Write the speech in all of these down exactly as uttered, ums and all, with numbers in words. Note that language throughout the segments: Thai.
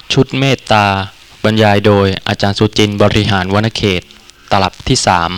ชุดเมตตาบรรยายโดยอาจารย์สุจินต์บริหารวรรณเขตตลับที่สาม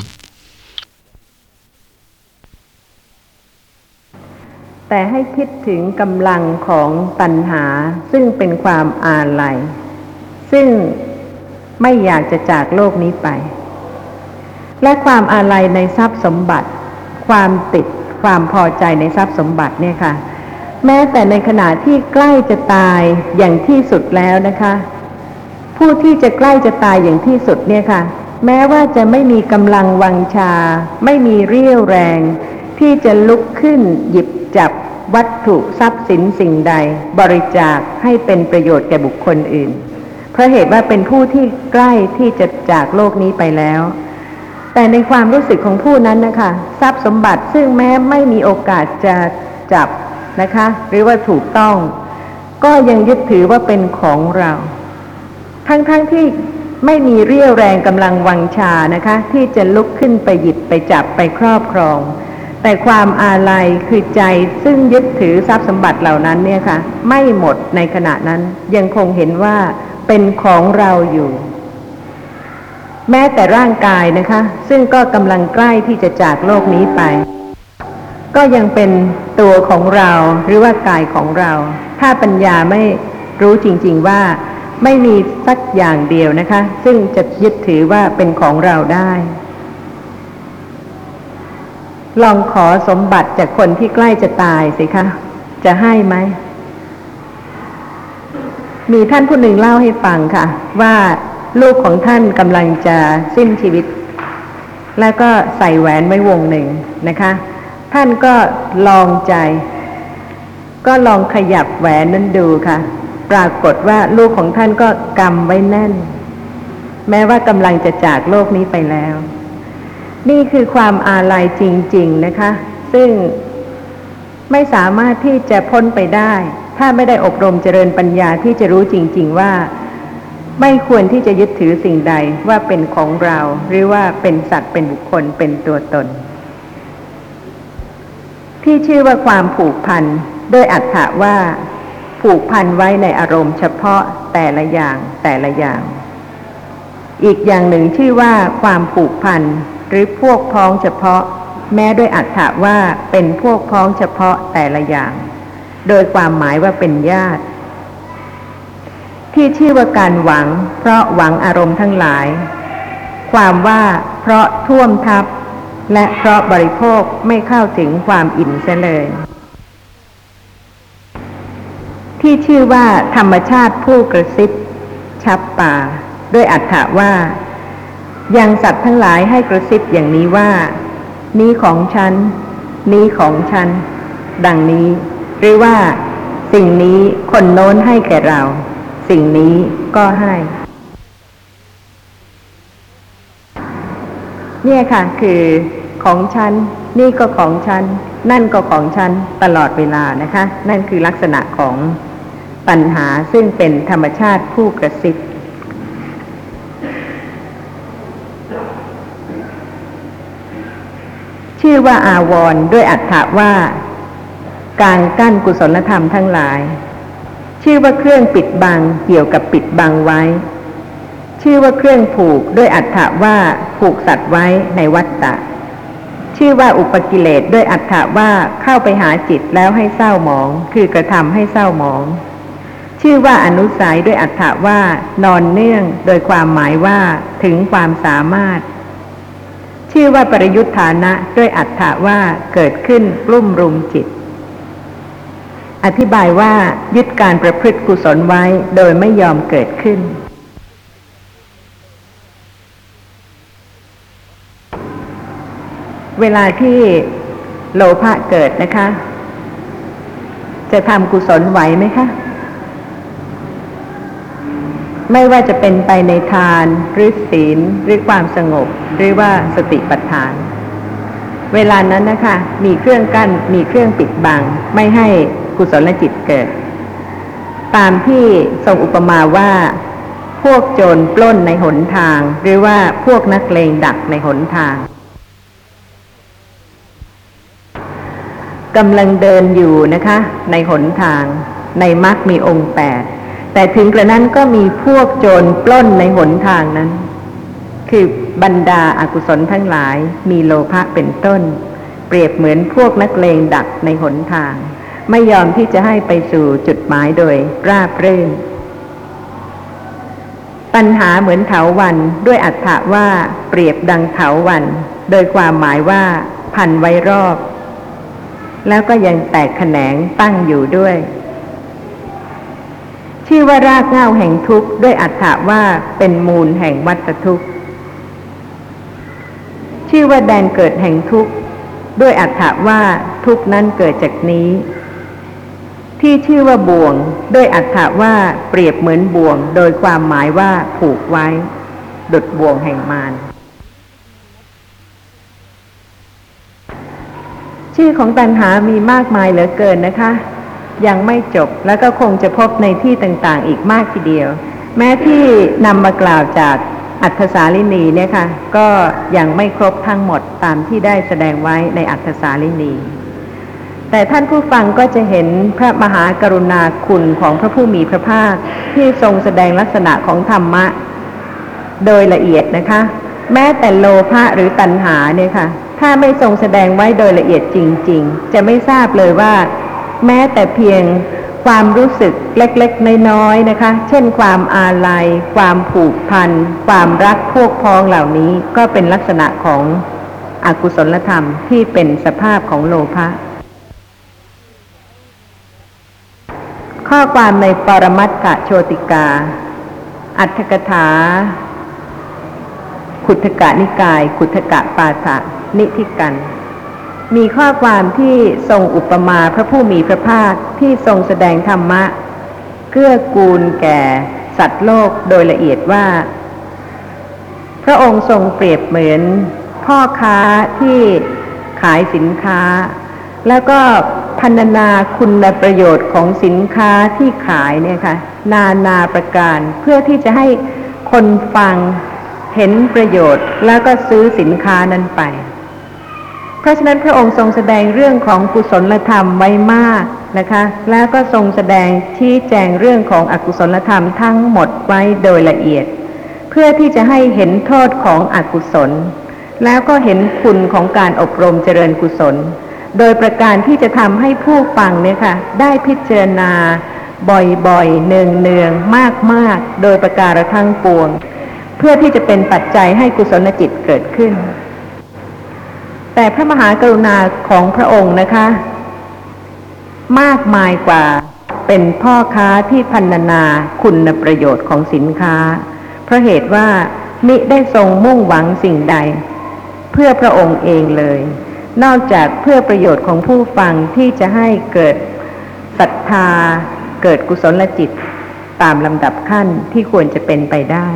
แต่ให้คิดถึงกำลังของตัณหาซึ่งเป็นความอาลัยซึ่งไม่อยากจะจากโลกนี้ไปและความอาลัยในทรัพย์สมบัติความติดความพอใจในทรัพย์สมบัติเนี่ยค่ะแม้แต่ในขณะที่ใกล้จะตายอย่างที่สุดแล้วนะคะผู้ที่จะใกล้จะตายอย่างที่สุดเนี่ยค่ะแม้ว่าจะไม่มีกำลังวังชาไม่มีเรี่ยวแรงที่จะลุกขึ้นหยิบจับวัตถุทรัพย์สินสิ่งใดบริจาคให้เป็นประโยชน์แก่บุคคลอื่นเพราะเหตุว่าเป็นผู้ที่ใกล้ที่จะจากโลกนี้ไปแล้วแต่ในความรู้สึกของผู้นั้นนะคะทรัพย์สมบัติซึ่งแม้ไม่มีโอกาสจะจับนะคะหรือว่าถูกต้องก็ยังยึดถือว่าเป็นของเราทั้งๆ ท, ที่ไม่มีเรี่ยวแรงกำลังวังชานะคะที่จะลุกขึ้นไปหยิบไปจับไปครอบครองแต่ความอาลัยคือใจซึ่งยึดถือทรัพย์สมบัติเหล่านั้นเนี่ยค่ะไม่หมดในขณะนั้นยังคงเห็นว่าเป็นของเราอยู่แม้แต่ร่างกายนะคะซึ่งก็กำลังใกล้ที่จะจากโลกนี้ไปก็ยังเป็นตัวของเราหรือว่ากายของเราถ้าปัญญาไม่รู้จริงๆว่าไม่มีสักอย่างเดียวนะคะซึ่งจะยึดถือว่าเป็นของเราได้ลองขอสมบัติจากคนที่ใกล้จะตายสิคะจะให้ไหมมีท่านผู้หนึ่งเล่าให้ฟังค่ะว่าลูกของท่านกำลังจะสิ้นชีวิตแล้วก็ใส่แหวนไว้วงหนึ่งนะคะท่านก็ลองใจก็ลองขยับแหวนนั้นดูค่ะปรากฏว่าลูกของท่านก็กำไว้แน่นแม้ว่ากำลังจะจากโลกนี้ไปแล้วนี่คือความอาลัยจริงๆนะคะซึ่งไม่สามารถที่จะพ้นไปได้ถ้าไม่ได้อบรมเจริญปัญญาที่จะรู้จริงๆว่าไม่ควรที่จะยึดถือสิ่งใดว่าเป็นของเราหรือว่าเป็นสัตว์เป็นบุคคลเป็นตัวตนที่ชื่อว่าความผูกพันด้วยอรรถะว่าผูกพันไว้ในอารมณ์เฉพาะแต่ละอย่างแต่ละอย่างอีกอย่างหนึ่งชื่อว่าความผูกพันหรือพวกพ้องเฉพาะแม้ด้วยอรรถะว่าเป็นพวกพ้องเฉพาะแต่ละอย่างโดยความหมายว่าเป็นญาติที่ชื่อว่าการหวังเพราะหวังอารมณ์ทั้งหลายความว่าเพราะท่วมทับและเพราะบริโภคไม่เข้าถึงความอิ่มเสียเลยที่ชื่อว่าธรรมชาติผู้กระซิบชับป่าด้วยอรรถะว่ายังสัตว์ทั้งหลายให้กระซิบอย่างนี้ว่านี้ของฉันนี้ของฉันดังนี้หรือว่าสิ่งนี้คนโน้นให้แก่เราสิ่งนี้ก็ให้เนี่ยค่ะคือของฉันนี่ก็ของฉันนั่นก็ของฉันตลอดเวลานะคะนั่นคือลักษณะของปัญหาซึ่งเป็นธรรมชาติผู้กระซิบชื่อว่าอาวรณ์ด้วยอรรถะว่าการกั้นกุศลธรรมทั้งหลายชื่อว่าเครื่องปิดบังเกี่ยวกับปิดบังไว้ชื่อว่าเครื่องผูกด้วยอรรถะว่าผูกสัตว์ไว้ในวัฏฏะชื่อว่าอุปกิเลสด้วยอรรถะว่าเข้าไปหาจิตแล้วให้เศร้าหมองคือกระทำให้เศร้าหมองชื่อว่าอนุสัยด้วยอรรถะว่านอนเนื่องโดยความหมายว่าถึงความสามารถชื่อว่าปริยุทธานะด้วยอรรถะว่าเกิดขึ้นกลุ่มรุมจิตอธิบายว่ายึดการประพฤติกุศลไว้โดยไม่ยอมเกิดขึ้นเวลาที่โลภะเกิดนะคะจะทำกุศลไหวไหมคะไม่ว่าจะเป็นไปในทานหรือศีลหรือความสงบหรือว่าสติปัฏฐานเวลานั้นนะคะมีเครื่องกั้นมีเครื่องปิดบังไม่ให้กุศลจิตเกิดตามที่ทรงอุปมาว่าพวกโจรปล้นในหนทางหรือว่าพวกนักเลงดักในหนทางกำลังเดินอยู่นะคะในหนทางในมรรคมีองค์แปดแแต่ถึงกระนั้นก็มีพวกโจรปล้นในหนทางนั้นคือบรรดาอากุศลทั้งหลายมีโลภะเป็นต้นเปรียบเหมือนพวกนักเลงดักในหนทางไม่ยอมที่จะให้ไปสู่จุดหมายโดยราบรื่นตัณหาเหมือนเถาวัลย์ด้วยอรรถะว่าเปรียบดังเถาวัลย์โดยความหมายว่าพันไว้รอบแล้วก็ยังแตกแขนงตั้งอยู่ด้วยชื่อว่ารากเหง้าแห่งทุกข์ด้วยอรรถะว่าเป็นมูลแห่งวัฏทุกข์ชื่อว่าแดนเกิดแห่งทุกข์ด้วยอรรถะว่าทุกข์นั้นเกิดจากนี้ที่ชื่อว่าบ่วงด้วยอรรถะว่าเปรียบเหมือนบ่วงโดยความหมายว่าผูกไว้ดุจบ่วงแห่งมารชื่อของตัณหามีมากมายเหลือเกินนะคะยังไม่จบแล้วก็คงจะพบในที่ต่างๆอีกมากทีเดียวแม้ที่นำมากล่าวจากอัฏฐสาลินีเนี่ยค่ะก็ยังไม่ครบทั้งหมดตามที่ได้แสดงไว้ในอัฏฐสาลินีแต่ท่านผู้ฟังก็จะเห็นพระมหากรุณาคุณของพระผู้มีพระภาคที่ทรงแสดงลักษณะของธรรมะโดยละเอียดนะคะแม้แต่โลภะหรือตัณหาเนี่ยค่ะถ้าไม่ทรงแสดงไว้โดยละเอียดจริงๆจะไม่ทราบเลยว่าแม้แต่เพียงความรู้สึกเล็กๆน้อยๆนะคะเช่นความอาลัยความผูกพันความรักพวกพ้องเหล่านี้ก็เป็นลักษณะของอกุศลธรรมที่เป็นสภาพของโลภะข้อความในปรมัตถโชติกาอรรถกถาขุททกนิกายขุททกปาฐนิธิกันมีข้อความที่ทรงอุปมาพระผู้มีพระภาคที่ทรงแสดงธรรมะเกื้อกูลแก่สัตว์โลกโดยละเอียดว่าพระองค์ทรงเปรียบเหมือนพ่อค้าที่ขายสินค้าแล้วก็พรรณนาคุณประโยชน์ของสินค้าที่ขายเนี่ยค่ะนานาประการเพื่อที่จะให้คนฟังเห็นประโยชน์แล้วก็ซื้อสินค้านั้นไปเพราะฉะนั้นพระองค์ทรงแสดงเรื่องของกุศลธรรมไว้มากนะคะแล้วก็ทรงแสดงชี้แจงเรื่องของอกุศลธรรมทั้งหมดไว้โดยละเอียดเพื่อที่จะให้เห็นโทษของอกุศลแล้วก็เห็นคุณของการอบรมเจริญกุศลโดยประการที่จะทำให้ผู้ฟังเนี่ยค่ะได้พิจารณาบ่อยๆเนืองๆมากๆโดยประการทั้งปวงเพื่อที่จะเป็นปัจจัยให้กุศลจิตเกิดขึ้นแต่พระมหากรุณาของพระองค์นะคะมากมายกว่าเป็นพ่อค้าที่พรรณนาคุณประโยชน์ของสินค้าเพราะเหตุว่ามิได้ทรงมุ่งหวังสิ่งใดเพื่อพระองค์เองเลยนอกจากเพื่อประโยชน์ของผู้ฟังที่จะให้เกิดศรัทธาเกิดกุศลจิตตามลำดับขั้นที่ควรจะเป็นไปได้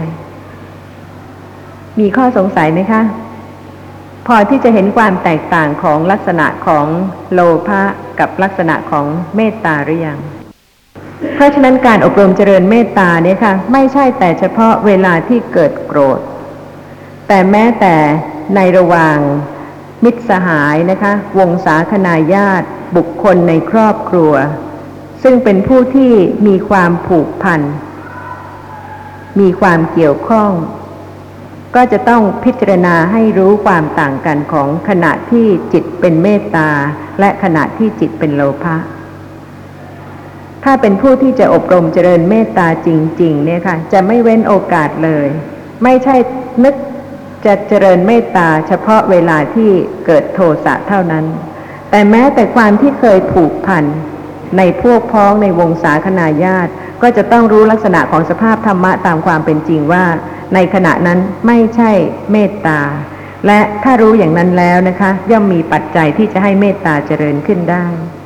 มีข้อสงสัยไหมคะพอที่จะเห็นความแตกต่างของลักษณะของโลภะกับลักษณะของเมตตาหรือยังเพราะฉะนั้นการอบรมเจริญเมตตาเนี่ยค่ะไม่ใช่แต่เฉพาะเวลาที่เกิดโกรธแต่แม้แต่ในระหว่างมิตรสหายนะคะวงศาคณาญาติบุคคลในครอบครัวซึ่งเป็นผู้ที่มีความผูกพันมีความเกี่ยวข้องก็จะต้องพิจารณาให้รู้ความต่างกันของขณะที่จิตเป็นเมตตาและขณะที่จิตเป็นโลภะถ้าเป็นผู้ที่จะอบรมเจริญเมตตาจริงๆเนี่ยค่ะจะไม่เว้นโอกาสเลยไม่ใช่นึกจะเจริญเมตตาเฉพาะเวลาที่เกิดโทสะเท่านั้นแต่แม้แต่ความที่เคยผูกพันในพวกพ้องในวงศาคณาญาติก็จะต้องรู้ลักษณะของสภาพธรรมะตามความเป็นจริงว่าในขณะนั้นไม่ใช่เมตตาและถ้ารู้อย่างนั้นแล้วนะคะย่อมมีปัจจัยที่จะให้เมตตาเจริญขึ้นได้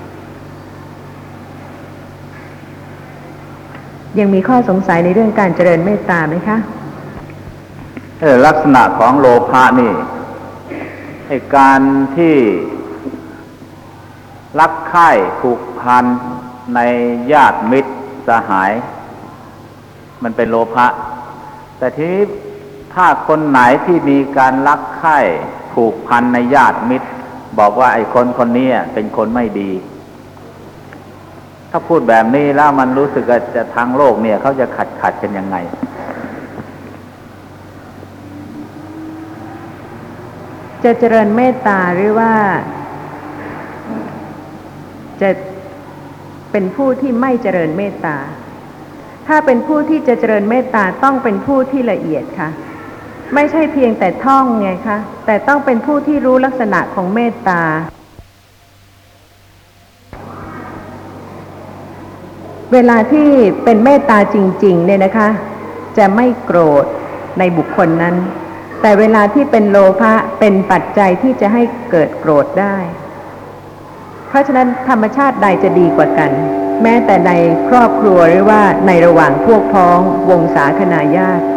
ยังมีข้อสงสัยในเรื่องการเจริญเมตตาไหมคะเออลักษณะของโลภะนี่ไอ้การที่รักใคร่ผูกพันในญาติมิตรสหายมันเป็นโลภะแต่ทีนี้ถ้าคนไหนที่มีการรักใคร่ผูกพันในญาติมิตรบอกว่าไอ้คนคนนี้เป็นคนไม่ดีถถ้าพูดแบบนี้แล้วมันรู้สึกว่าจะทางโลกเนี่ยเขาจะขัดขัดกันยังไงจะเจริญเมตตาหรือว่าจะเป็นผู้ที่ไม่เจริญเมตตาถ้าเป็นผู้ที่จะเจริญเมตตาต้องเป็นผู้ที่ละเอียดค่ะไม่ใช่เพียงแต่ท่องไงคะแต่ต้องเป็นผู้ที่รู้ลักษณะของเมตตาเวลาที่เป็นเมตตาจริงๆเนี่ยนะคะจะไม่โกรธในบุคคลนั้นแต่เวลาที่เป็นโลภะเป็นปัจจัยที่จะให้เกิดโกรธได้เพราะฉะนั้นธรรมชาติใดจะดีกว่ากันแม้แต่ในครอบครัวหรือว่าในระหว่างพวกพ้องวงศาคณาญาติ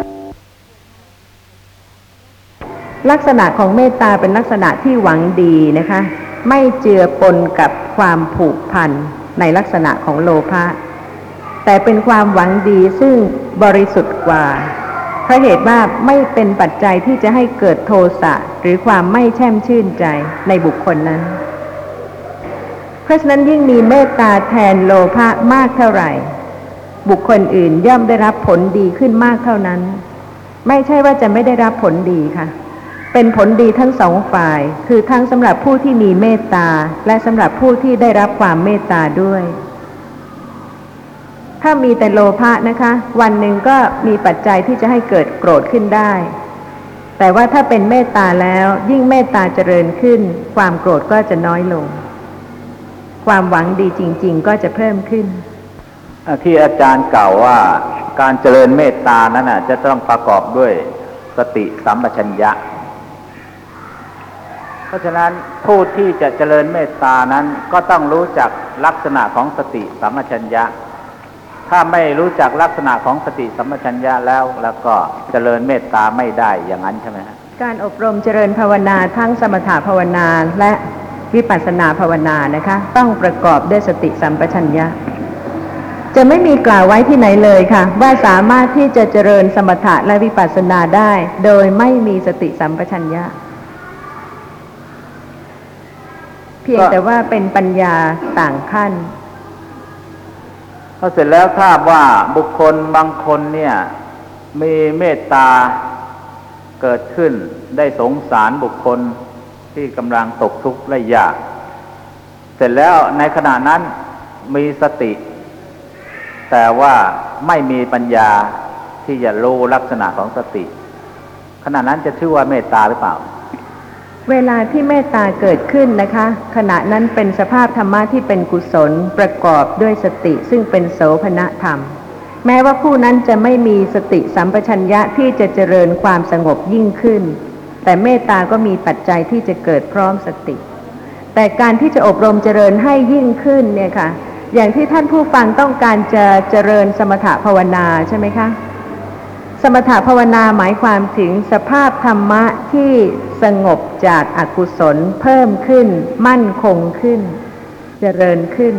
ลักษณะของเมตตาเป็นลักษณะที่หวังดีนะคะไม่เจือปนกับความผูกพันในลักษณะของโลภะแต่เป็นความหวังดีซึ่งบริสุทธิ์กว่าเพราะเหตุว่าไม่เป็นปัจจัยที่จะให้เกิดโทสะหรือความไม่แช่มชื่นใจในบุคคลนั้นเพราะฉะนั้นยิ่งมีเมตตาแทนโลภะมากเท่าไหร่บุคคลอื่นย่อมได้รับผลดีขึ้นมากเท่านั้นไม่ใช่ว่าจะไม่ได้รับผลดีค่ะเป็นผลดีทั้งสองฝ่ายคือทั้งสำหรับผู้ที่มีเมตตาและสำหรับผู้ที่ได้รับความเมตตาด้วยถ้ามีแต่โลภะนะคะวันหนึ่งก็มีปัจจัยที่จะให้เกิดโกรธขึ้นได้แต่ว่าถ้าเป็นเมตตาแล้วยิ่งเมตตาเจริญขึ้นความโกรธก็จะน้อยลงความหวังดีจริงๆก็จะเพิ่มขึ้นที่อาจารย์กล่าวว่าการเจริญเมตตานั้นน่ะจะต้องประกอบด้วยสติสัมปชัญญะเพราะฉะนั้นผู้ที่จะเจริญเมตตานั้นก็ต้องรู้จักลักษณะของสติสัมปชัญญะถ้าไม่รู้จักลักษณะของสติสัมปชัญญะแล้วแล้วก็เจริญเมตตาไม่ได้อย่างนั้นใช่ไหมฮะการอบรมเจริญภาวนาทั้งสมถภาวนาและวิปัสสนาภาวนานะคะต้องประกอบด้วยสติสัมปชัญญะจะไม่มีกล่าวไว้ที่ไหนเลยค่ะว่าสามารถที่จะเจริญสมถะและวิปัสสนาได้โดยไม่มีสติสัมปชัญญะเพียงแต่ว่าเป็นปัญญาต่างขั้นพอเสร็จแล้วทราบว่าบุคคลบางคนเนี่ยมีเมตตาเกิดขึ้นได้สงสารบุคคลที่กำลังตกทุกข์และยากเสร็จแล้วในขณะนั้นมีสติแต่ว่าไม่มีปัญญาที่จะรู้ลักษณะของสติขณะนั้นจะชื่อว่าเมตตาหรือเปล่าเวลาที่เมตตาเกิดขึ้นนะคะขณะนั้นเป็นสภาพธรรมะที่เป็นกุศลประกอบด้วยสติซึ่งเป็นโสภณธรรมแม้ว่าผู้นั้นจะไม่มีสติสัมปชัญญะที่จะเจริญความสงบยิ่งขึ้นแต่เมตตาก็มีปัจจัยที่จะเกิดพร้อมสติแต่การที่จะอบรมเจริญให้ยิ่งขึ้นเนี่ยค่ะอย่างที่ท่านผู้ฟังต้องการจะเจริญสมถภาวนาใช่ไหมคะสมถภาวนาหมายความถึงสภาพธรรมะที่สงบจากอกุศลเพิ่มขึ้นมั่นคงขึ้นเจริญขึ้น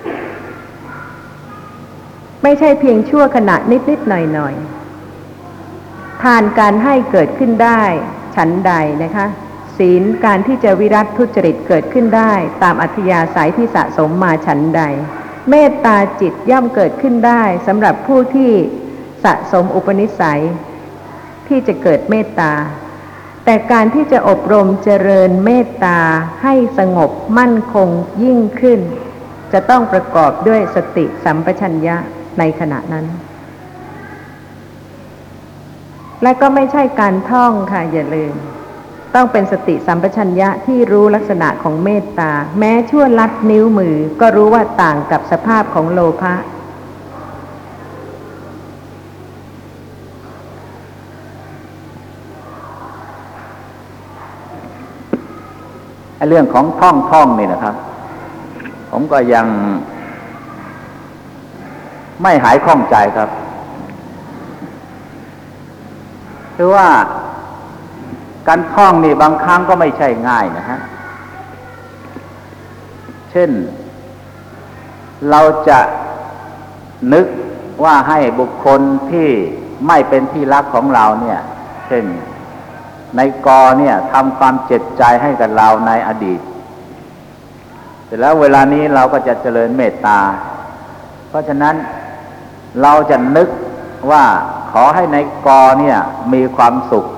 ไม่ใช่เพียงชั่วขณะนิดๆหน่อยๆทานการให้เกิดขึ้นได้ฉันใดนะคะศีลการที่จะวิรัติทุจริตเกิดขึ้นได้ตามอัธยาศัยที่สะสมมาฉันใดเมตตาจิตย่อมเกิดขึ้นได้สำหรับผู้ที่สะสมอุปนิสัยที่จะเกิดเมตตาแต่การที่จะอบรมเจริญเมตตาให้สงบมั่นคงยิ่งขึ้นจะต้องประกอบด้วยสติสัมปชัญญะในขณะนั้นและก็ไม่ใช่การท่องค่ะอย่าลืมต้องเป็นสติสัมปชัญญะที่รู้ลักษณะของเมตตาแม้ชั่วลัดนิ้วมือก็รู้ว่าต่างกับสภาพของโลภะเรื่องของท่องท่องนี่นะครับผมก็ยังไม่หายข้องใจครับคือว่าการท่องนี่บางครั้งก็ไม่ใช่ง่ายนะฮะเช่นเราจะนึกว่าให้บุคคลที่ไม่เป็นที่รักของเราเนี่ยเช่นในกอเนี่ยทำความเจ็บใจให้กับเราในอดีตเสร็จแล้วเวลานี้เราก็จะเจริญเมตตาเพราะฉะนั้นเราจะนึกว่าขอให้ในกอเนี่ยมีความสุข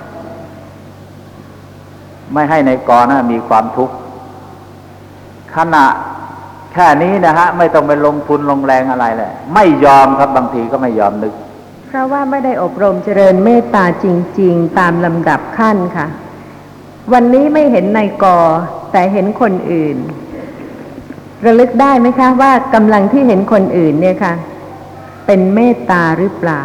ไม่ให้ในกอนะมีความทุกข์ขณะแค่นี้นะฮะไม่ต้องไปลงทุนลงแรงอะไรเลยไม่ยอมครับบางทีก็ไม่ยอมนึกเพราะว่าไม่ได้อบรมเจริญเมตตาจริงๆตามลำดับขั้นค่ะวันนี้ไม่เห็นในกอแต่เห็นคนอื่นระลึกได้ไหมคะว่ากำลังที่เห็นคนอื่นเนี่ยค่ะเป็นเมตตาหรือเปล่า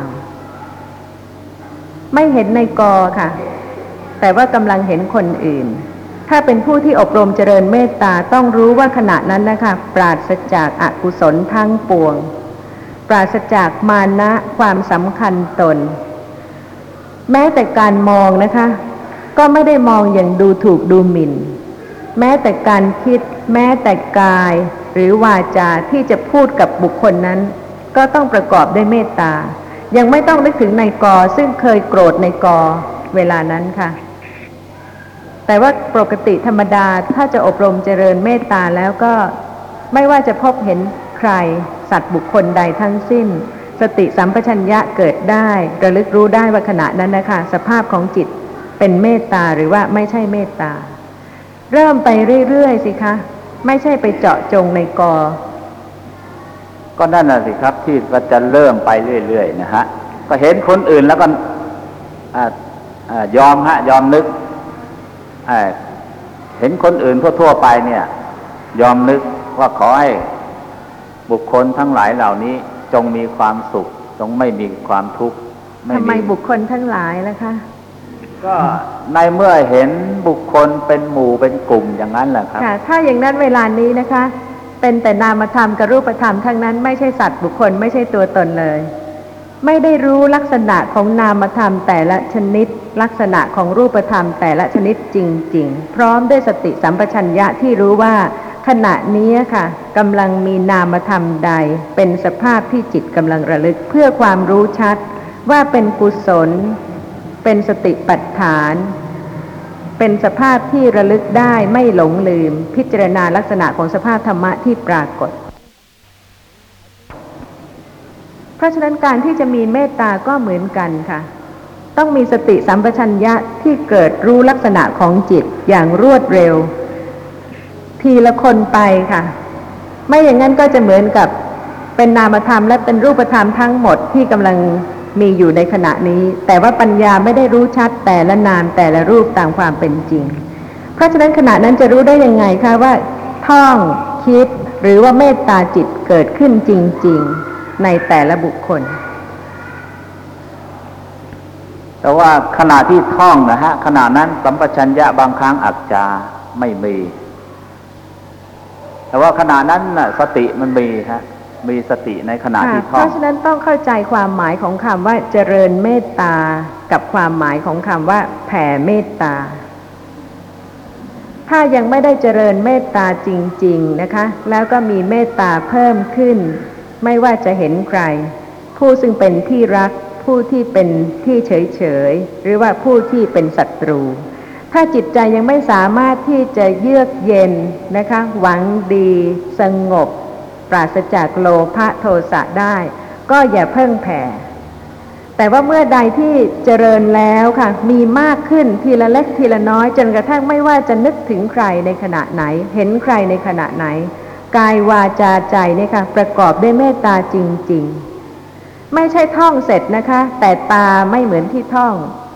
ไม่เห็นในกอค่ะแต่ว่ากำลังเห็นคนอื่นถ้าเป็นผู้ที่อบรมเจริญเมตตาต้องรู้ว่าขณะนั้นนะคะปราศจากอกุศลทั้งปวงปราศจากมานะความสำคัญตนแม้แต่การมองนะคะก็ไม่ได้มองอย่างดูถูกดูหมิ่นแม้แต่การคิดแม้แต่กายหรือวาจาที่จะพูดกับบุคคลนั้นก็ต้องประกอบด้วยเมตตายังไม่ต้องนึกถึงนายกซึ่งเคยโกรธนายกเวลานั้นค่ะแต่ว่าปกติธรรมดาถ้าจะอบรมเจริญเมตตาแล้วก็ไม่ว่าจะพบเห็นใครสัตว์บุคคลใดทั้งสิ้นสติสัมปชัญญะเกิดได้ระลึกรู้ได้ว่าขณะนั้นนะคะสภาพของจิตเป็นเมตตาหรือว่าไม่ใช่เมตตาเริ่มไปเรื่อยๆสิคะไม่ใช่ไปเจาะจงในกอก็นั่นน่ะสิครับที่ก็จะเริ่มไปเรื่อยๆนะฮะก็เห็นคนอื่นแล้วก็ยอมฮะยอมนึกเห็นคนอื่นทั่วๆไปเนี่ยยอมนึกว่าขอให้บุคคลทั้งหลายเหล่านี้จงมีความสุขจงไม่มีความทุกข์ทำไมบุคคลทั้งหลายล่ะคะก็ในเมื่อเห็นบุคคลเป็นหมู่เป็นกลุ่มอย่างนั้นแหละครับค่ะถ้าอย่างนั้นเวลานี้นะคะเป็นแต่นามธรรมกับรูปธรรมทั้งนั้นไม่ใช่สัตว์บุคคลไม่ใช่ตัวตนเลยไม่ได้รู้ลักษณะของนามธรรมแต่ละชนิดลักษณะของรูปธรรมแต่ละชนิดจริงๆพร้อมด้วยสติสัมปชัญญะที่รู้ว่าขณะนี้ค่ะกำลังมีนามธรรมใดเป็นสภาพที่จิตกำลังระลึกเพื่อความรู้ชัดว่าเป็นกุศลเป็นสติปัฏฐานเป็นสภาพที่ระลึกได้ไม่หลงลืมพิจารณาลักษณะของสภาพธรรมะที่ปรากฏเพราะฉะนั้นการที่จะมีเมตตาก็เหมือนกันค่ะต้องมีสติสัมปชัญญะที่เกิดรู้ลักษณะของจิตอย่างรวดเร็วทีละคนไปค่ะไม่อย่างนั้นก็จะเหมือนกับเป็นนามธรรมและเป็นรูปธรรมทั้งหมดที่กำลังมีอยู่ในขณะนี้แต่ว่าปัญญาไม่ได้รู้ชัดแต่ละนามแต่ละรูปตามความเป็นจริงเพราะฉะนั้นขณะนั้นจะรู้ได้ยังไงคะว่าท่องคิดหรือว่าเมตตาจิตเกิดขึ้นจริงๆในแต่ละบุคคลแต่ว่าขณะที่ท่องนะฮะขณะนั้นสัมปชัญญะบางครั้งอาจจะไม่มีแต่ว่าขณะนั้นน่ะสติมันมีฮะมีสติในขณะที่ท่องเพราะฉะนั้นต้องเข้าใจความหมายของคำว่าเจริญเมตตากับความหมายของคำว่าแผ่เมตตาถ้ายังไม่ได้เจริญเมตตาจริงๆนะคะแล้วก็มีเมตตาเพิ่มขึ้นไม่ว่าจะเห็นใครผู้ซึ่งเป็นที่รักผู้ที่เป็นที่เฉยๆหรือว่าผู้ที่เป็นศัตรูถ้าจิตใจยังไม่สามารถที่จะเยือกเย็นนะคะหวังดีสงบปราศจากโลภะโทสะได้ก็อย่าเพิ่งแผ่แต่ว่าเมื่อใดที่เจริญแล้วค่ะมีมากขึ้นทีละเล็กทีละน้อยจนกระทั่งไม่ว่าจะนึกถึงใครในขณะไหนเห็นใครในขณะไหนกายวาจาใจเนี่ยค่ะประกอบด้วยเมตตาจริงๆไม่ใช่ท่องเสร็จนะคะแต่ตาไม่เหมือนที่ท่อง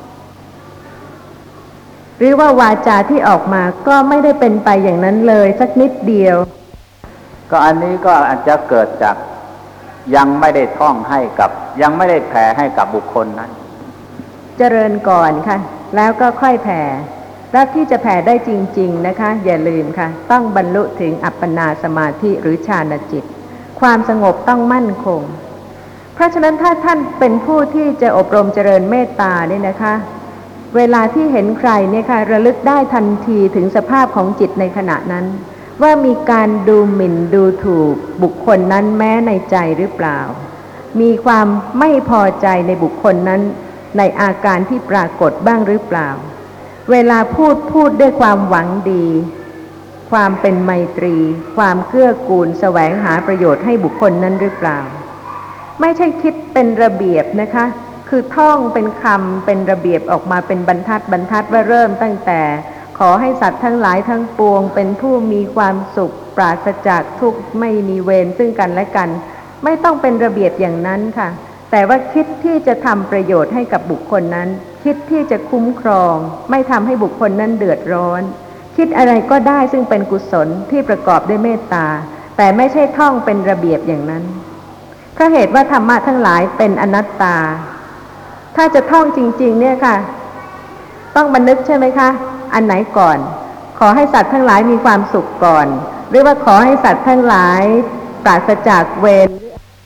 หรือว่าวาจาที่ออกมาก็ไม่ได้เป็นไปอย่างนั้นเลยสักนิดเดียวก็อันนี้ก็อาจจะเกิดจากยังไม่ได้ท่องให้กับยังไม่ได้แผ่ให้กับบุคคลนั้นเจริญก่อนค่ะแล้วก็ค่อยแผ่แล้วที่จะแผ่ได้จริงๆนะคะอย่าลืมค่ะต้องบรรลุถึงอัปปนาสมาธิหรือฌานจิตความสงบต้องมั่นคงเพราะฉะนั้นถ้าท่านเป็นผู้ที่จะอบรมเจริญเมตตาเนี่ยนะคะเวลาที่เห็นใครเนี่ยค่ะระลึกได้ทันทีถึงสภาพของจิตในขณะนั้นว่ามีการดูหมิ่นดูถูกบุคคลนั้นแม้ในใจหรือเปล่ามีความไม่พอใจในบุคคลนั้นในอาการที่ปรากฏบ้างหรือเปล่าเวลาพูดพูดด้วยความหวังดีความเป็นไมตรีความเกื้อกูลแสวงหาประโยชน์ให้บุคคลนั้นหรือเปล่าไม่ใช่คิดเป็นระเบียบนะคะคือท่องเป็นคำเป็นระเบียบออกมาเป็นบรรทัดบรรทัดว่าเริ่มตั้งแต่ขอให้สัตว์ทั้งหลายทั้งปวงเป็นผู้มีความสุขปราศจากทุกข์ไม่มีเวรซึ่งกันและกันไม่ต้องเป็นระเบียบอย่างนั้นค่ะแต่ว่าคิดที่จะทำประโยชน์ให้กับบุคคลนั้นคิดที่จะคุ้มครองไม่ทำให้บุคคลนั้นเดือดร้อนคิดอะไรก็ได้ซึ่งเป็นกุศลที่ประกอบด้วยเมตตาแต่ไม่ใช่ท่องเป็นระเบียบอย่างนั้นเพราะเหตุว่าธรรมะทั้งหลายเป็นอนัตตาถ้าจะท่องจริงๆเนี่ยค่ะต้องมานึกใช่ไหมคะอันไหนก่อนขอให้สัตว์ทั้งหลายมีความสุขก่อนหรือว่าขอให้สัตว์ทั้งหลายปราศจากเวร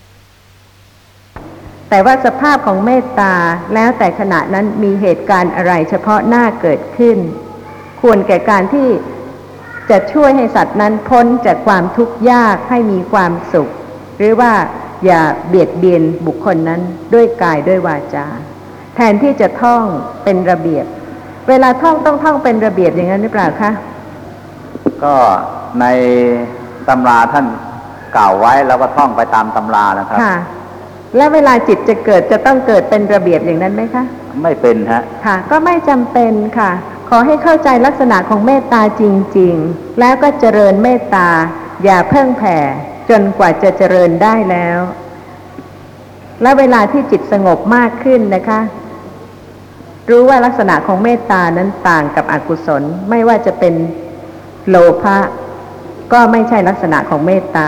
แต่ว่าสภาพของเมตตาแล้วแต่ขณะนั้นมีเหตุการณ์อะไรเฉพาะหน้าเกิดขึ้นควรแก่การที่จะช่วยให้สัตว์นั้นพ้นจากความทุกข์ยากให้มีความสุขหรือว่าอย่าเบียดเบียนบุคคลนั้นด้วยกายด้วยวาจาแทนที่จะท่องเป็นระเบียบเวลาท่องต้องท่องเป็นระเบียบอย่างนั้นหรือเปล่าคะก็ในตำราท่านกล่าวไว้แล้วก็ท่องไปตามตำรานะครับค่ะและเวลาจิตจะเกิดจะต้องเกิดเป็นระเบียบอย่างนั้นไหมคะไม่เป็นฮะค่ะก็ไม่จำเป็นค่ะขอให้เข้าใจลักษณะของเมตตาจริงๆแล้วก็เจริญเมตตาอย่าเพิ่งแผ่จนกว่าจะเจริญได้แล้วและเวลาที่จิตสงบมากขึ้นนะคะรู้ว่าลักษณะของเมตตานั้นต่างกับอกุศลไม่ว่าจะเป็นโลภะก็ไม่ใช่ลักษณะของเมตตา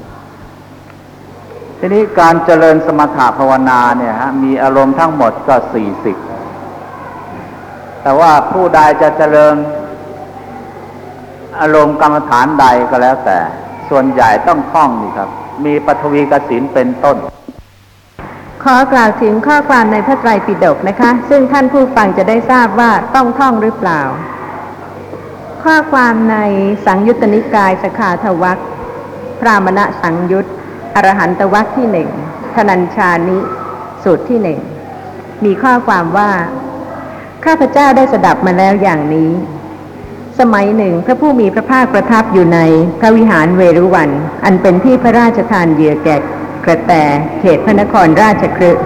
ทีนี้การเจริญสมถะภาวนาเนี่ยฮะมีอารมณ์ทั้งหมดก็สี่สิบแต่ว่าผู้ใดจะเจริญอารมณ์กรรมฐานใดก็แล้วแต่ส่วนใหญ่ต้องท่องนี่ครับมีปฐวีกสิณเป็นต้นขอกล่าวถึงข้อความในพระไตรปิฎกนะคะซึ่งท่านผู้ฟังจะได้ทราบว่าต้องท่องหรือเปล่าข้อความในสังยุตตนิกายสขาทวรรคพรามณสังยุตอรหันตวรรคที่หนึ่งธนัญชานิสูตรที่หนึ่งมีข้อความว่าข้าพเจ้าได้สดับมาแล้วอย่างนี้สมัยหนึ่งพระผู้มีพระภาคประทับอยู่ในพระวิหารเวรุวันอันเป็นที่พระราชทานเหยื่อแก่กระแตเขตพระนครราชคฤห์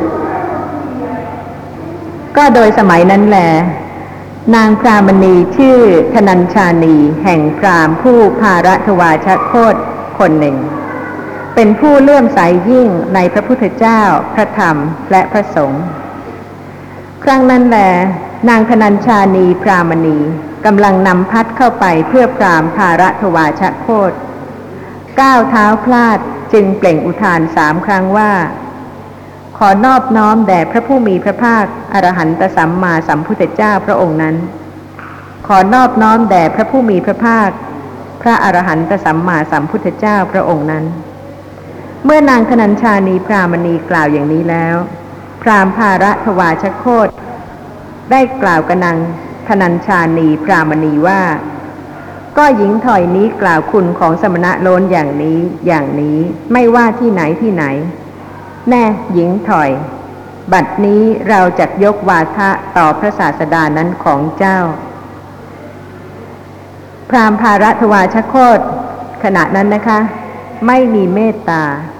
ก็โดยสมัยนั้นแลนางพรามณีชื่อธนัญชานีแห่งพราหมณ์ผู้ภารทวาชโคตคนหนึ่งเป็นผู้เลื่อมใสยิ่งในพระพุทธเจ้าพระธรรมและพระสงฆ์ครั้งนั้นแลนางธนัญชานีพรามณีกำลังนำพัดเข้าไปเพื่อพราหมณ์ภารทวาชโคตก้าวเท้าพลาดจึงเปล่งอุทานสามครั้งว่าขอนอบน้อมแด่พระผู้มีพระภาคอรหันตสัมมาสัมพุทธเจ้าพระองค์นั้นขอนอบน้อมแด่พระผู้มีพระภาคพระอรหันตสัมมาสัมพุทธเจ้าพระองค์นั้นเมื่อนางธนัญชานีพรามณีกล่าวอย่างนี้แล้วพราหมณ์ภารทวาชโคตได้กล่าวกับนางธนัญชานีพรามณีว่าก็หญิงถอยนี้กล่าวคุณของสมณะโลนอย่างนี้อย่างนี้ไม่ว่าที่ไหนที่ไหนแน่หญิงถอยบัดนี้เราจักยกวาทะต่อพระศาสดานั้นของเจ้าพราหมณ์ภารทวาชโคตขณะนั้นนะคะไม่มีเมตตา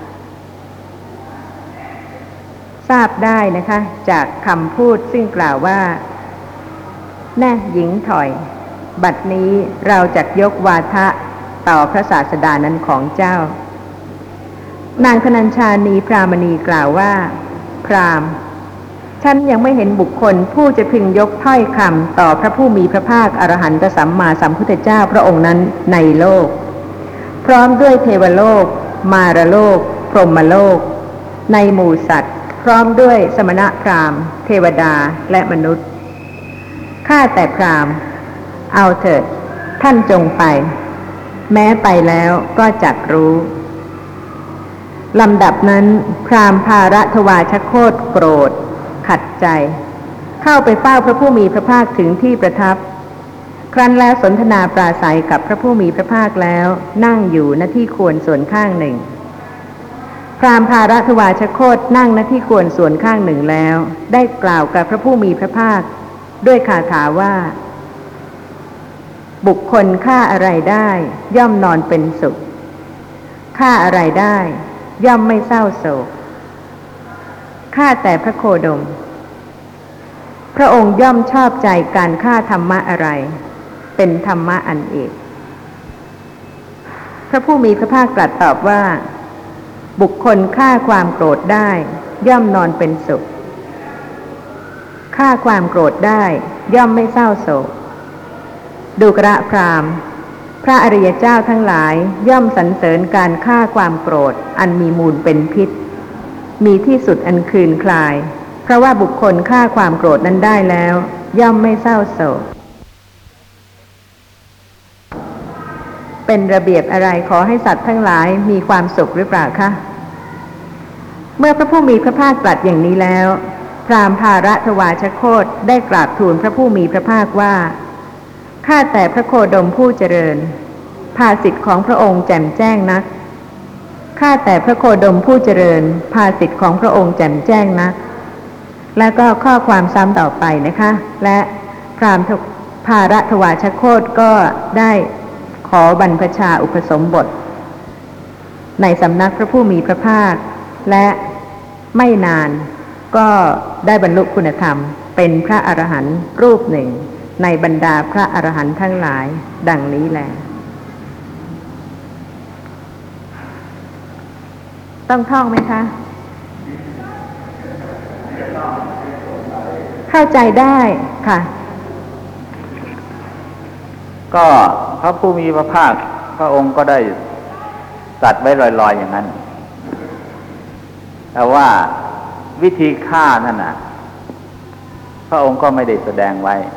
ทราบได้นะคะจากคำพูดซึ่งกล่าวว่าแน่หญิงถอยบัดนี้เราจักยกวาทะต่อพระศาสดานั้นของเจ้านางธนัญชานีพรามณีกล่าวว่าพราหมณ์ฉันยังไม่เห็นบุคคลผู้จะพึงยกถ้อยคำต่อพระผู้มีพระภาคอรหันตสัมมาสัมพุทธเจ้าพระองค์นั้นในโลกพร้อมด้วยเทวโลกมารโลกพรหมโลกในหมู่สัตว์พร้อมด้วยสมณพราหมณ์เทวดาและมนุษย์ข้าแต่พราหมณ์เอาเถิดท่านจงไปแม้ไปแล้วก็จักรู้ลำดับนั้นพราหมณ์ภารทวาชโคตโกรธขัดใจเข้าไปเฝ้าพระผู้มีพระภาคถึงที่ประทับครั้นแล้วสนทนาปราศัยกับพระผู้มีพระภาคแล้วนั่งอยู่ณที่ควรส่วนข้างหนึ่งพราหมณ์ภารทวาชโคตนั่งณที่ควรส่วนข้างหนึ่งแล้วได้กล่าวกับพระผู้มีพระภาคด้วยคาถาว่าบุคคลฆ่าอะไรได้ย่อมนอนเป็นสุขฆ่าอะไรได้ย่อมไม่เศร้าโศกฆ่าแต่พระโคดมพระองค์ย่อมชอบใจการฆ่าธรรมะอะไรเป็นธรรมะอันเอกพระผู้มีพระภาคตรัสตอบว่าบุคคลฆ่าความโกรธได้ย่อมนอนเป็นสุขฆ่าความโกรธได้ย่อมไม่เศร้าโศกดูกระพราหมณ์พระอริยเจ้าทั้งหลายย่อมสรรเสริญการฆ่าความโกรธอันมีมูลเป็นพิษมีที่สุดอันคลืนคลายเพราะว่าบุคคลฆ่าความโกรธนั้นได้แล้วย่อมไม่เศร้าโศกเป็นระเบียบอะไรขอให้สัตว์ทั้งหลายมีความสุขหรือเปล่าคะเมื่อพระผู้มีพระภาคตรัสอย่างนี้แล้วพราหมณ์ภาระทวาชโคตได้กราบทูลพระผู้มีพระภาคว่าข้าแต่พระโคดมผู้เจริญภาสิทธิ์ของพระองค์แจ่มแจ้งนักข้าแต่พระโคดมผู้เจริญภาสิทธิ์ของพระองค์แจ่มแจ้งนักแล้วก็ข้อความซ้ำต่อไปนะคะและพราหมณ์ภาระทวาชโคตก็ได้ขอบรรพชาอุปสมบทในสำนักพระผู้มีพระภาคและไม่นานก็ได้บรรลุคุณธรรมเป็นพระอรหันต์รูปหนึ่งในบรรดาพระอรหันต์ทั้งหลายดังนี้แลต้องท่องไหมคะเข้าใจได้ค่ะก็พระผู้มีพระภาคพระองค์ก็ได้ตรัสไว้ลอยๆอย่างนั้นแต่ว่าวิธีฆ่านั่นน่ะพระองค์ก็ไม่ได้แสดงไว้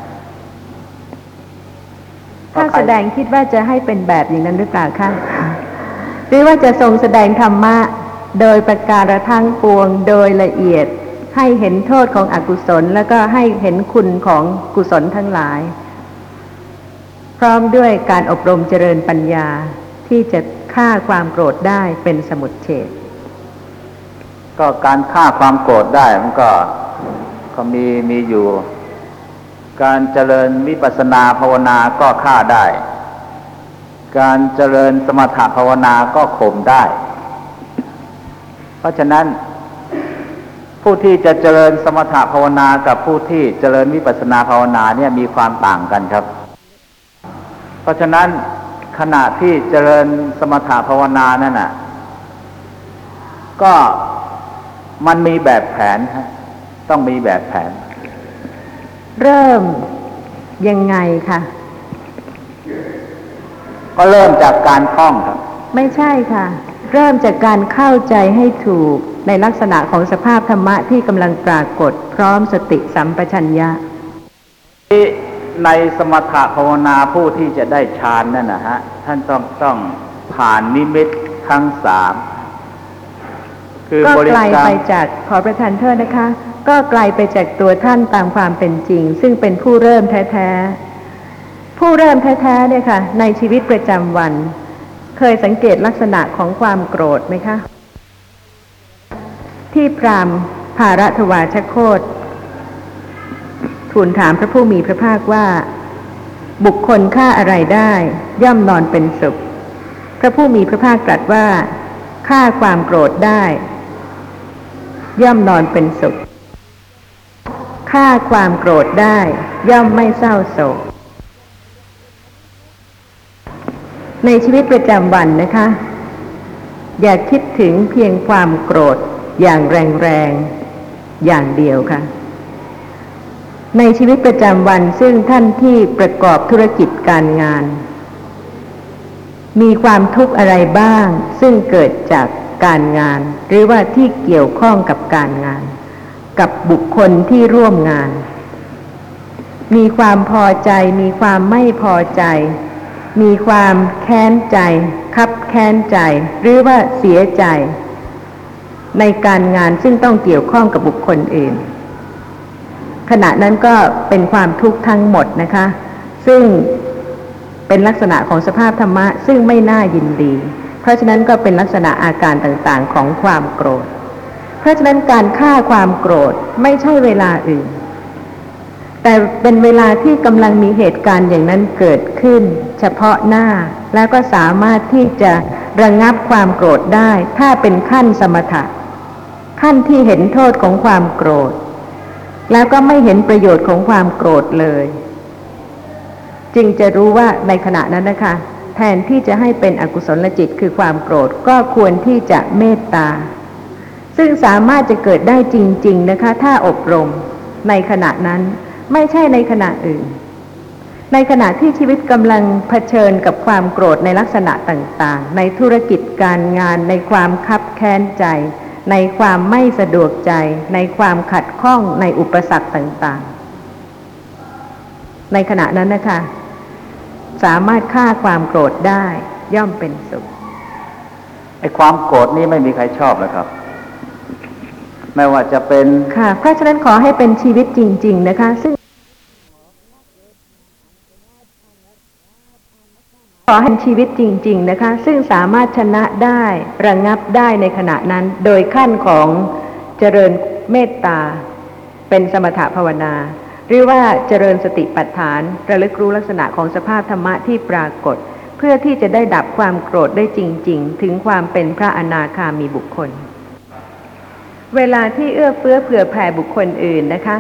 ถ้าแสดงคิดว่าจะให้เป็นแบบอย่างนั้นหรือเปล่าคะหรือว่าจะทรงแสดงธรรมะโดยประการทั้งปวงโดยละเอียดให้เห็นโทษของอกุศลแล้วก็ให้เห็นคุณของกุศลทั้งหลายพร้อมด้วยการอบรมเจริญปัญญาที่จะฆ่าความโกรธได้เป็นสมุจเฉทก็การฆ่าความโกรธได้มันก็ก็มีมีอยู่การเจริญวิปัสสนาภาวนาก็ฆ่าได้การเจริญสมถะภาวนาก็ข่มได้เพราะฉะนั้นผู้ที่จะเจริญสมถะภาวนากับผู้ที่เจริญวิปัสสนาภาวนาเนี่ยมีความต่างกันครับเพราะฉะนั้นขณะที่เจริญสมถะภาวนานั่นน่ะก็มันมีแบบแผนฮะต้องมีแบบแผนเริ่มยังไงคะก็เริ่มจากการท่องครับไม่ใช่ค่ะเริ่มจากการเข้าใจให้ถูกในลักษณะของสภาพธรรมะที่กำลังปรากฏพร้อมสติสัมปชัญญะในสมถะภาวนาผู้ที่จะได้ฌานนั่นนะฮะท่านต้องต้องผ่านนิมิตทั้งสามคือก็ไกลไปจากขอประทานโทษนะคะก็ไกลไปจากตัวท่านตามความเป็นจริงซึ่งเป็นผู้เริ่มแท้ๆผู้เริ่มแท้ๆเนี่ยค่ะในชีวิตประจำวันเคยสังเกตลักษณะของความโกรธไหมคะที่พราหมณ์ภาระทวาชโคตทูลถามพระผู้มีพระภาคว่าบุคคลฆ่าอะไรได้ย่อมนอนเป็นสุขพระผู้มีพระภาคตรัสว่าฆ่าความโกรธได้ย่อมนอนเป็นสุขฆ่าความโกรธได้ย่อมไม่เศร้าโศกในชีวิตประจำวันนะคะอย่าคิดถึงเพียงความโกรธอย่างแรงๆอย่างเดียวค่ะในชีวิตประจำวันซึ่งท่านที่ประกอบธุรกิจการงานมีความทุกข์อะไรบ้างซึ่งเกิดจากการงานหรือว่าที่เกี่ยวข้องกับการงานกับบุคคลที่ร่วมงานมีความพอใจมีความไม่พอใจมีความแค้นใจคับแค้นใจหรือว่าเสียใจในการงานซึ่งต้องเกี่ยวข้องกับบุคคลอื่นขณะนั้นก็เป็นความทุกข์ทั้งหมดนะคะซึ่งเป็นลักษณะของสภาพธรรมะซึ่งไม่น่ายินดีเพราะฉะนั้นก็เป็นลักษณะอาการต่างๆของความโกรธเพราะฉะนั้นการฆ่าความโกรธไม่ใช่เวลาอื่นแต่แต่เป็นเวลาที่กำลังมีเหตุการณ์อย่างนั้นเกิดขึ้นเฉพาะหน้าแล้วก็สามารถที่จะระงับความโกรธได้ถ้าเป็นขั้นสมถะขั้นที่เห็นโทษของความโกรธแล้วก็ไม่เห็นประโยชน์ของความโกรธเลยจึงจะรู้ว่าในขณะนั้นนะคะแทนที่จะให้เป็นอกุศลจิตคือความโกรธก็ควรที่จะเมตตาซึ่งสามารถจะเกิดได้จริงๆนะคะถ้าอบรมในขณะนั้นไม่ใช่ในขณะอื่นในขณะที่ชีวิตกำลังเผชิญกับความโกรธในลักษณะต่างๆในธุรกิจการงานในความคับแค้นใจในความไม่สะดวกใจในความขัดข้องในอุปสรรคต่างๆในขณะนั้นนะคะสามารถฆ่าความโกรธได้ย่อมเป็นสุขไอ้ความโกรธนี่ไม่มีใครชอบเลยครับไม่ว่าจะเป็นค่ะเพราะฉะนั้นขอให้เป็นชีวิตจริงๆนะคะซึ่งขอให้ชีวิตจริงๆนะคะซึ่งสามารถชนะได้ระงับได้ในขณะนั้นโดยขั้นของเจริญเมตตาเป็นสมถะภาวนาหรือว่าเจริญสติปัฏฐานระลึกรู้ลักษณะของสภาพธรรมะที่ปรากฏเพื่อที่จะได้ดับความโกรธได้จริงๆถึงความเป็นพระอนาคามีบุคคลเวลาที่เอื้อเฟื้อเผื่อแผ่บุคคลอื่นนะคะ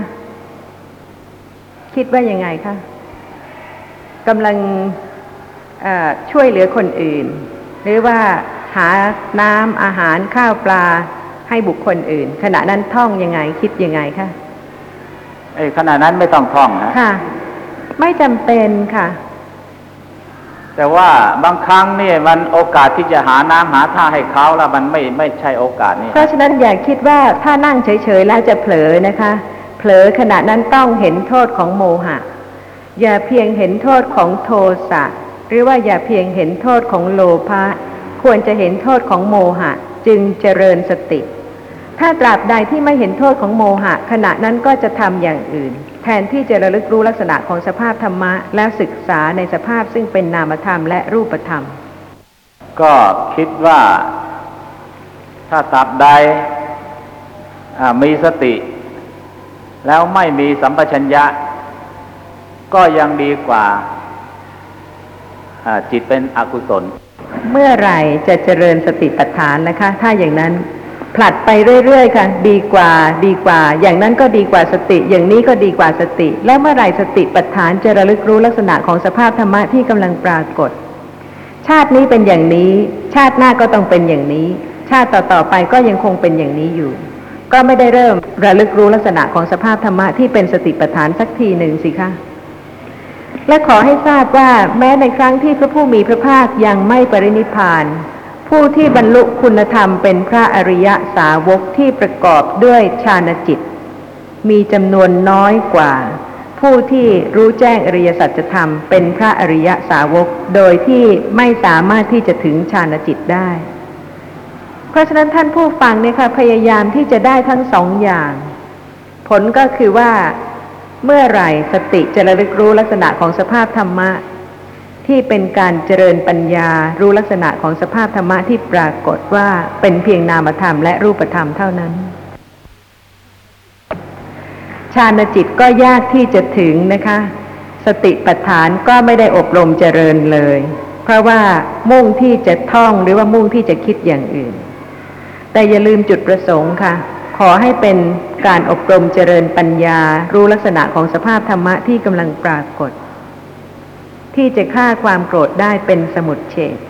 คิดว่ายังไงคะกำลังช่วยเหลือคนอื่นหรือว่าหาน้ำอาหารข้าวปลาให้บุคคลอื่นขณะนั้นท่องยังไงคิดยังไงคะไอ้ขณะนั้นไม่ต้องท่องนะค่ะไม่จำเป็นค่ะแต่ว่าบางครั้งนี่มันโอกาสที่จะหาน้ำหาท่าให้เขาแล้วมันไม่ไม่ใช่โอกาสนี้เพราะฉะนั้นอย่าคิดว่าถ้านั่งเฉยๆแล้วจะเผลอนะคะเผลอขณะนั้นต้องเห็นโทษของโมหะอย่าเพียงเห็นโทษของโทสะหรือว่าอย่าเพียงเห็นโทษของโลภะควรจะเห็นโทษของโมหะจึงเจริญสติถ้าตราบใดที่ไม่เห็นโทษของโมหะขณะนั้นก็จะทำอย่างอื่นแทนที่จะระลึกรู้ลักษณะของสภาพธรรมะและศึกษาในสภาพซึ่งเป็นนามธรรมและรูปธรรมก็คิดว่าถ้าตราบใดมีสติแล้วไม่มีสัมปชัญญะก็ยังดีกว่าจิตเป็นอกุศลเมื่อไหร่จะเจริญสติปัฏฐานนะคะถ้าอย่างนั้นผลัดไปเรื่อยๆค่ะดีกว่าดีกว่าอย่างนั้นก็ดีกว่าสติอย่างนี้ก็ดีกว่าสติแล้วเมื่อไหร่สติปัฏฐานจะระลึกรู้ลักษณะของสภาพธรรมะที่กำลังปรากฏชาตินี้เป็นอย่างนี้ชาติหน้าก็ต้องเป็นอย่างนี้ชาติต่อๆไปก็ยังคงเป็นอย่างนี้อยู่ก็ไม่ได้เริ่มระลึกรู้ลักษณะของสภาพธรรมะที่เป็นสติปัฏฐานสักทีหนึ่งสิคะและขอให้ทราบว่าแม้ในครั้งที่พระผู้มีพระภาคยังไม่ปรินิพพานผู้ที่บรรลุคุณธรรมเป็นพระอริยสาวกที่ประกอบด้วยฌานจิตมีจำนวนน้อยกว่าผู้ที่รู้แจ้งอริยสัจธรรมเป็นพระอริยสาวกโดยที่ไม่สามารถที่จะถึงฌานจิตได้เพราะฉะนั้นท่านผู้ฟังเนี่ยค่ะพยายามที่จะได้ทั้งสองอย่างผลก็คือว่าเมื่อไหร่สติจะระลึกรู้ลักษณะของสภาพธรรมะที่เป็นการเจริญปัญญารู้ลักษณะของสภาพธรรมะที่ปรากฏว่าเป็นเพียงนามธรรมและรูปธรรมเท่านั้นฌานจิตก็ยากที่จะถึงนะคะสติปัฏฐานก็ไม่ได้อบรมเจริญเลยเพราะว่ามุ่งที่จะท่องหรือว่ามุ่งที่จะคิดอย่างอื่นแต่อย่าลืมจุดประสงค์ค่ะขอให้เป็นการอบรมเจริญปัญญารู้ลักษณะของสภาพธรรมะที่กำลังปรากฏที่จะฆ่าความโกรธได้เป็นสมุจเฉท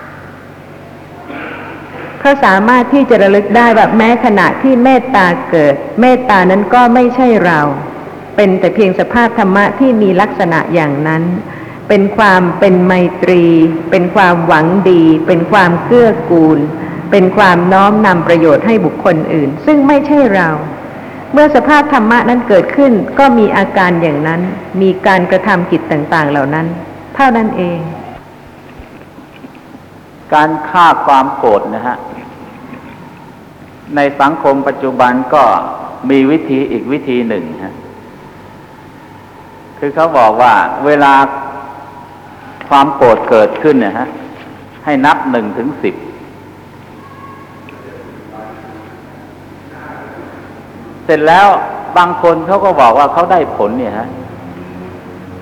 เพราะสามารถที่จะระลึกได้แบบแม้ขณะที่เมตตาเกิดเมตตานั้นก็ไม่ใช่เราเป็นแต่เพียงสภาพธรรมะที่มีลักษณะอย่างนั้นเป็นความเป็นไมตรีเป็นความหวังดีเป็นความเกื้อกูลเป็นความน้อมนำประโยชน์ให้บุคคลอื่นซึ่งไม่ใช่เราเมื่อสภาพธรรมะนั้นเกิดขึ้นก็มีอาการอย่างนั้นมีการกระทำกิจต่างๆเหล่านั้นเท่านั้นเองการฆ่าความโกรธนะฮะในสังคมปัจจุบันก็มีวิธีอีกวิธีหนึ่งฮะคือเขาบอกว่าเวลาความโกรธเกิดขึ้นเนี่ยฮะให้นับหนึ่งถึงสิบเสร็จแล้วบางคนเขาก็บอกว่าเขาได้ผลเนี่ยฮะ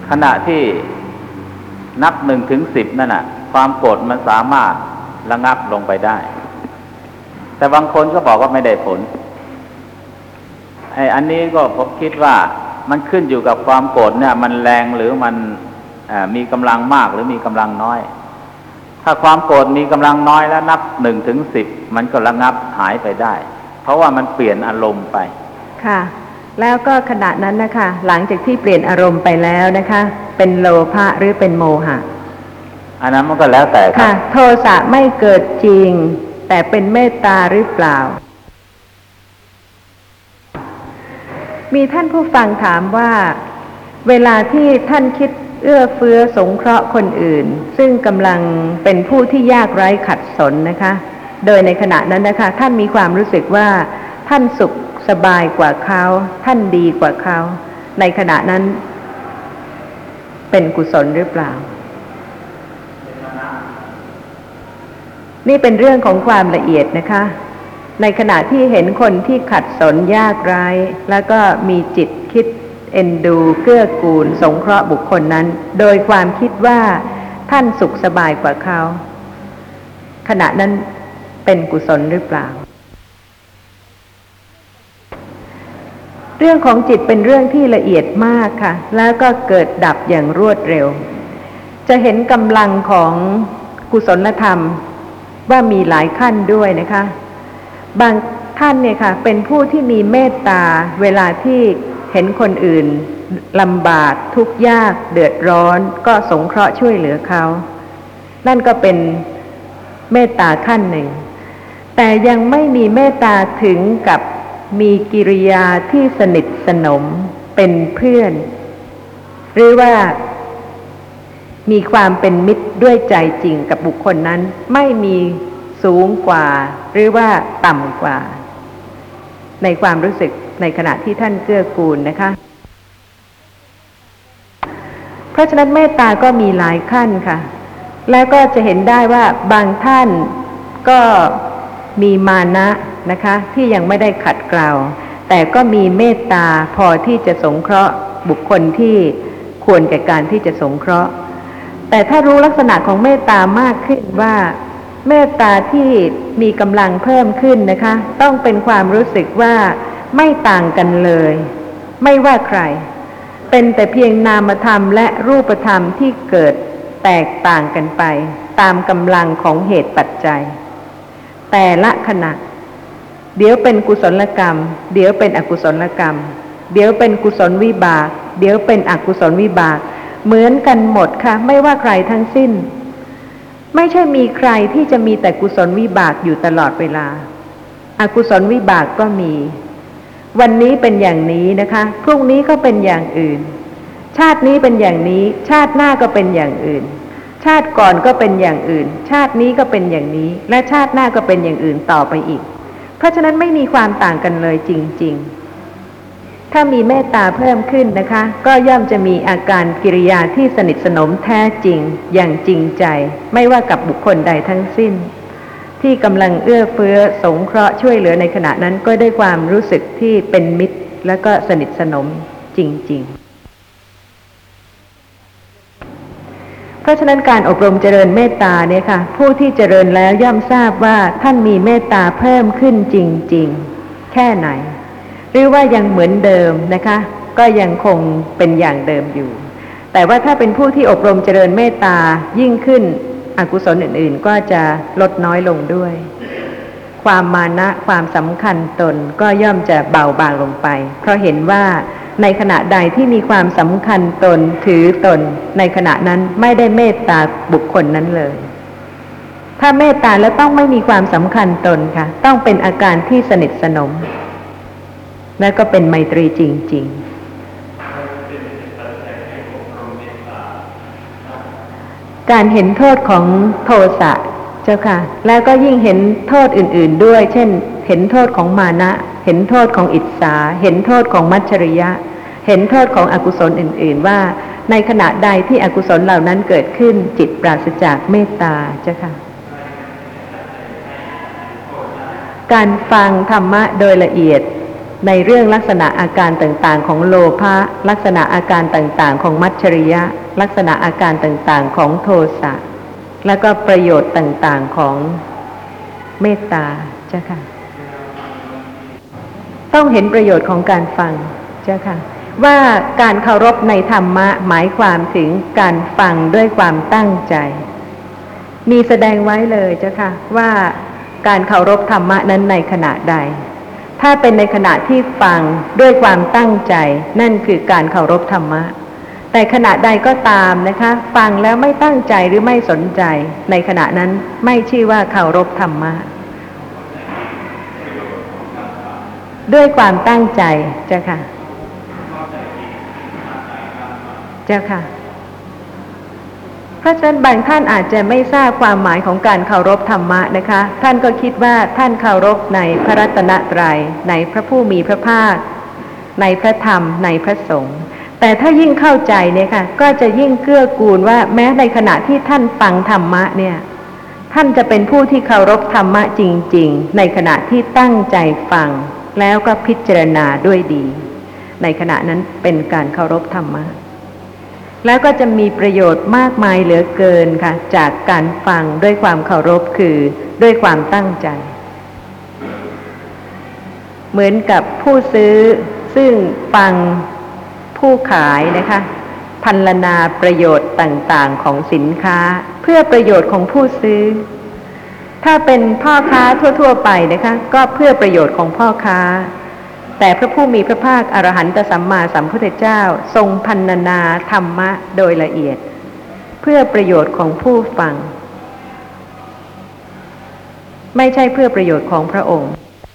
ขณะที่นับหนึ่งถึงสิบนั่นน่ะความโกรธมันสามารถระงับลงไปได้แต่บางคนก็บอกว่าไม่ได้ผลไอ้อันนี้ก็ผมคิดว่ามันขึ้นอยู่กับความโกรธเนี่ยมันแรงหรือมันมีกำลังมากหรือมีกำลังน้อยถ้าความโกรธมีกำลังน้อยแล้วนับหนึ่งถึงสิบมันก็ระงับหายไปได้เพราะว่ามันเปลี่ยนอารมณ์ไปค่ะแล้วก็ขณะนั้นนะคะหลังจากที่เปลี่ยนอารมณ์ไปแล้วนะคะเป็นโลภะหรือเป็นโมหะอันนั้นมันก็แล้วแต่ค่ะโทสะไม่เกิดจริงแต่เป็นเมตตาหรือเปล่ามีท่านผู้ฟังถามว่าเวลาที่ท่านคิดเอื้อเฟื้อสงเคราะห์คนอื่นซึ่งกำลังเป็นผู้ที่ยากไร้ขัดสนนะคะโดยในขณะนั้นนะคะท่านมีความรู้สึกว่าท่านสุขสบายกว่าเขาท่านดีกว่าเขาในขณะนั้นเป็นกุศลหรือเปล่านี่เป็นเรื่องของความละเอียดนะคะในขณะที่เห็นคนที่ขัดสนยากไร้แล้วก็มีจิตคิดเอ็นดูเกื้อกูลสงเคราะห์บุคคลนั้นโดยความคิดว่าท่านสุขสบายกว่าเขาขณะนั้นเป็นกุศลหรือเปล่าเรื่องของจิตเป็นเรื่องที่ละเอียดมากค่ะแล้วก็เกิดดับอย่างรวดเร็วจะเห็นกำลังของกุศลธรรมว่ามีหลายขั้นด้วยนะคะบางท่านเนี่ยค่ะเป็นผู้ที่มีเมตตาเวลาที่เห็นคนอื่นลำบากทุกข์ยากเดือดร้อนก็สงเคราะห์ช่วยเหลือเขานั่นก็เป็นเมตตาขั้นหนึ่งแต่ยังไม่มีเมตตาถึงกับมีกิริยาที่สนิทสนมเป็นเพื่อนหรือว่ามีความเป็นมิตรด้วยใจจริงกับบุคคลนั้นไม่มีสูงกว่าหรือว่าต่ำกว่าในความรู้สึกในขณะที่ท่านเกื้อกูลนะคะเพราะฉะนั้นเมตตาก็มีหลายขั้นค่ะแล้วก็จะเห็นได้ว่าบางท่านก็มีมานะนะคะที่ยังไม่ได้ขัดเกลาแต่ก็มีเมตตาพอที่จะสงเคราะห์บุคคลที่ควรแก่การที่จะสงเคราะห์แต่ถ้ารู้ลักษณะของเมตตามากขึ้นว่าเมตตาที่มีกำลังเพิ่มขึ้นนะคะต้องเป็นความรู้สึกว่าไม่ต่างกันเลยไม่ว่าใครเป็นแต่เพียงนามธรรมและรูปธรรมที่เกิดแตกต่างกันไปตามกำลังของเหตุปัจจัยแต่ละขณะเดี๋ยวเป็นกุศลกรรมเดี๋ยวเป็นอกุศลกรรมเดี๋ยวเป็นกุศลวิบากเดี๋ยวเป็นอกุศลวิบากเหมือนกันหมดค่ะไม่ว่าใครทั้งสิ้นไม่ใช่มีใครที่จะมีแต่กุศลวิบากอยู่ตลอดเวลาอกุศลวิบากก็มีวันนี้เป็นอย่างนี้นะคะพรุ่งนี้ก็เป็นอย่างอื่นชาตินี้เป็นอย่างนี้ชาติหน้าก็เป็นอย่างอื่นชาติก่อนก็เป็นอย่างอื่นชาตินี้ก็เป็นอย่างนี้และชาติหน้าก็เป็นอย่างอื่นต่อไปอีกเพราะฉะนั้นไม่มีความต่างกันเลยจริงๆถ้ามีเมตตาเพิ่มขึ้นนะคะก็ย่อมจะมีอาการกิริยาที่สนิทสนมแท้จริงอย่างจริงใจไม่ว่ากับบุคคลใดทั้งสิ้นที่กำลังเอื้อเฟื้อสงเคราะห์ช่วยเหลือในขณะนั้นก็ได้ความรู้สึกที่เป็นมิตรและก็สนิทสนมจริงๆเพราะฉะนั้นการอบรมเจริญเมตตาเนี่ยค่ะผู้ที่เจริญแล้วย่อมทราบว่าท่านมีเมตตาเพิ่มขึ้นจริงๆแค่ไหนหรือว่ายังเหมือนเดิมนะคะก็ยังคงเป็นอย่างเดิมอยู่แต่ว่าถ้าเป็นผู้ที่อบรมเจริญเมตตายิ่งขึ้นอกุศลอื่นๆก็จะลดน้อยลงด้วยความมานะความสำคัญตนก็ย่อมจะเบาบางลงไปเพราะเห็นว่าในขณะใดที่มีความสำคัญตนถือตนในขณะนั้นไม่ได้เมตตาบุคคลนั้นเลยถ้าเมตตาแล้วต้องไม่มีความสำคัญตนค่ะต้องเป็นอาการที่สนิทสนมและก็เป็นไมตรีจริงๆการเห็นโทษของโทสะเจ้าค่ะแล้วก็ยิ่งเห็นโทษอื่นๆด้วยเช่นเห็นโทษของมานะเห็นโทษของอิจฉาเห็นโทษของมัจฉริยะเห็นโทษของอกุศลอื่นๆว่าในขณะใดที่อกุศลเหล่านั้นเกิดขึ้นจิตปราศจากเมตตาเจ้าค่ะการฟังธรรมะโดยละเอียดในเรื่องลักษณะอาการต่างๆของโลภะลักษณะอาการต่างๆของมัจฉริยะลักษณะอาการต่างๆของโทสะแล้วก็ประโยชน์ต่างๆของเมตตาเจ้าค่ะต้องเห็นประโยชน์ของการฟังเจ้าค่ะว่าการเคารพในธรรมะหมายความถึงการฟังด้วยความตั้งใจมีแสดงไว้เลยเจ้าค่ะว่าการเคารพธรรมะนั้นในขณะใดถ้าเป็นในขณะที่ฟังด้วยความตั้งใจนั่นคือการเคารพธรรมะแต่ขณะใดก็ตามนะคะฟังแล้วไม่ตั้งใจหรือไม่สนใจในขณะนั้นไม่ชื่อว่าเคารพธรรมะด้วยความตั้งใจเจ้าค่ะเจ้าค่ะเพราะฉะนั้นบางท่านอาจจะไม่ทราบความหมายของการเคารพธรรมะนะคะท่านก็คิดว่าท่านเคารพในพระรัตนตรัยในพระผู้มีพระภาคในพระธรรมในพระสงฆ์แต่ถ้ายิ่งเข้าใจเนี่ยค่ะก็จะยิ่งเกื้อกูลว่าแม้ในขณะที่ท่านฟังธรรมะเนี่ยท่านจะเป็นผู้ที่เคารพธรรมะจริงๆในขณะที่ตั้งใจฟังแล้วก็พิจารณาด้วยดีในขณะนั้นเป็นการเคารพธรรมะแล้วก็จะมีประโยชน์มากมายเหลือเกินค่ะจากการฟังด้วยความเคารพคือด้วยความตั้งใจเหมือนกับผู้ซื้อซึ่งฟังผู้ขายนะคะพรรณนาประโยชน์ต่างๆของสินค้าเพื่อประโยชน์ของผู้ซื้อถ้าเป็นพ่อค้าทั่วๆไปนะคะก็เพื่อประโยชน์ของพ่อค้าแต่พระผู้มีพระภาคอรหันตสัมมาสัมพุทธเจ้าทรงพรรณนาธรรมะโดยละเอียดเพื่อประโยชน์ของผู้ฟังไม่ใช่เพื่อประโยชน์ของพระองค์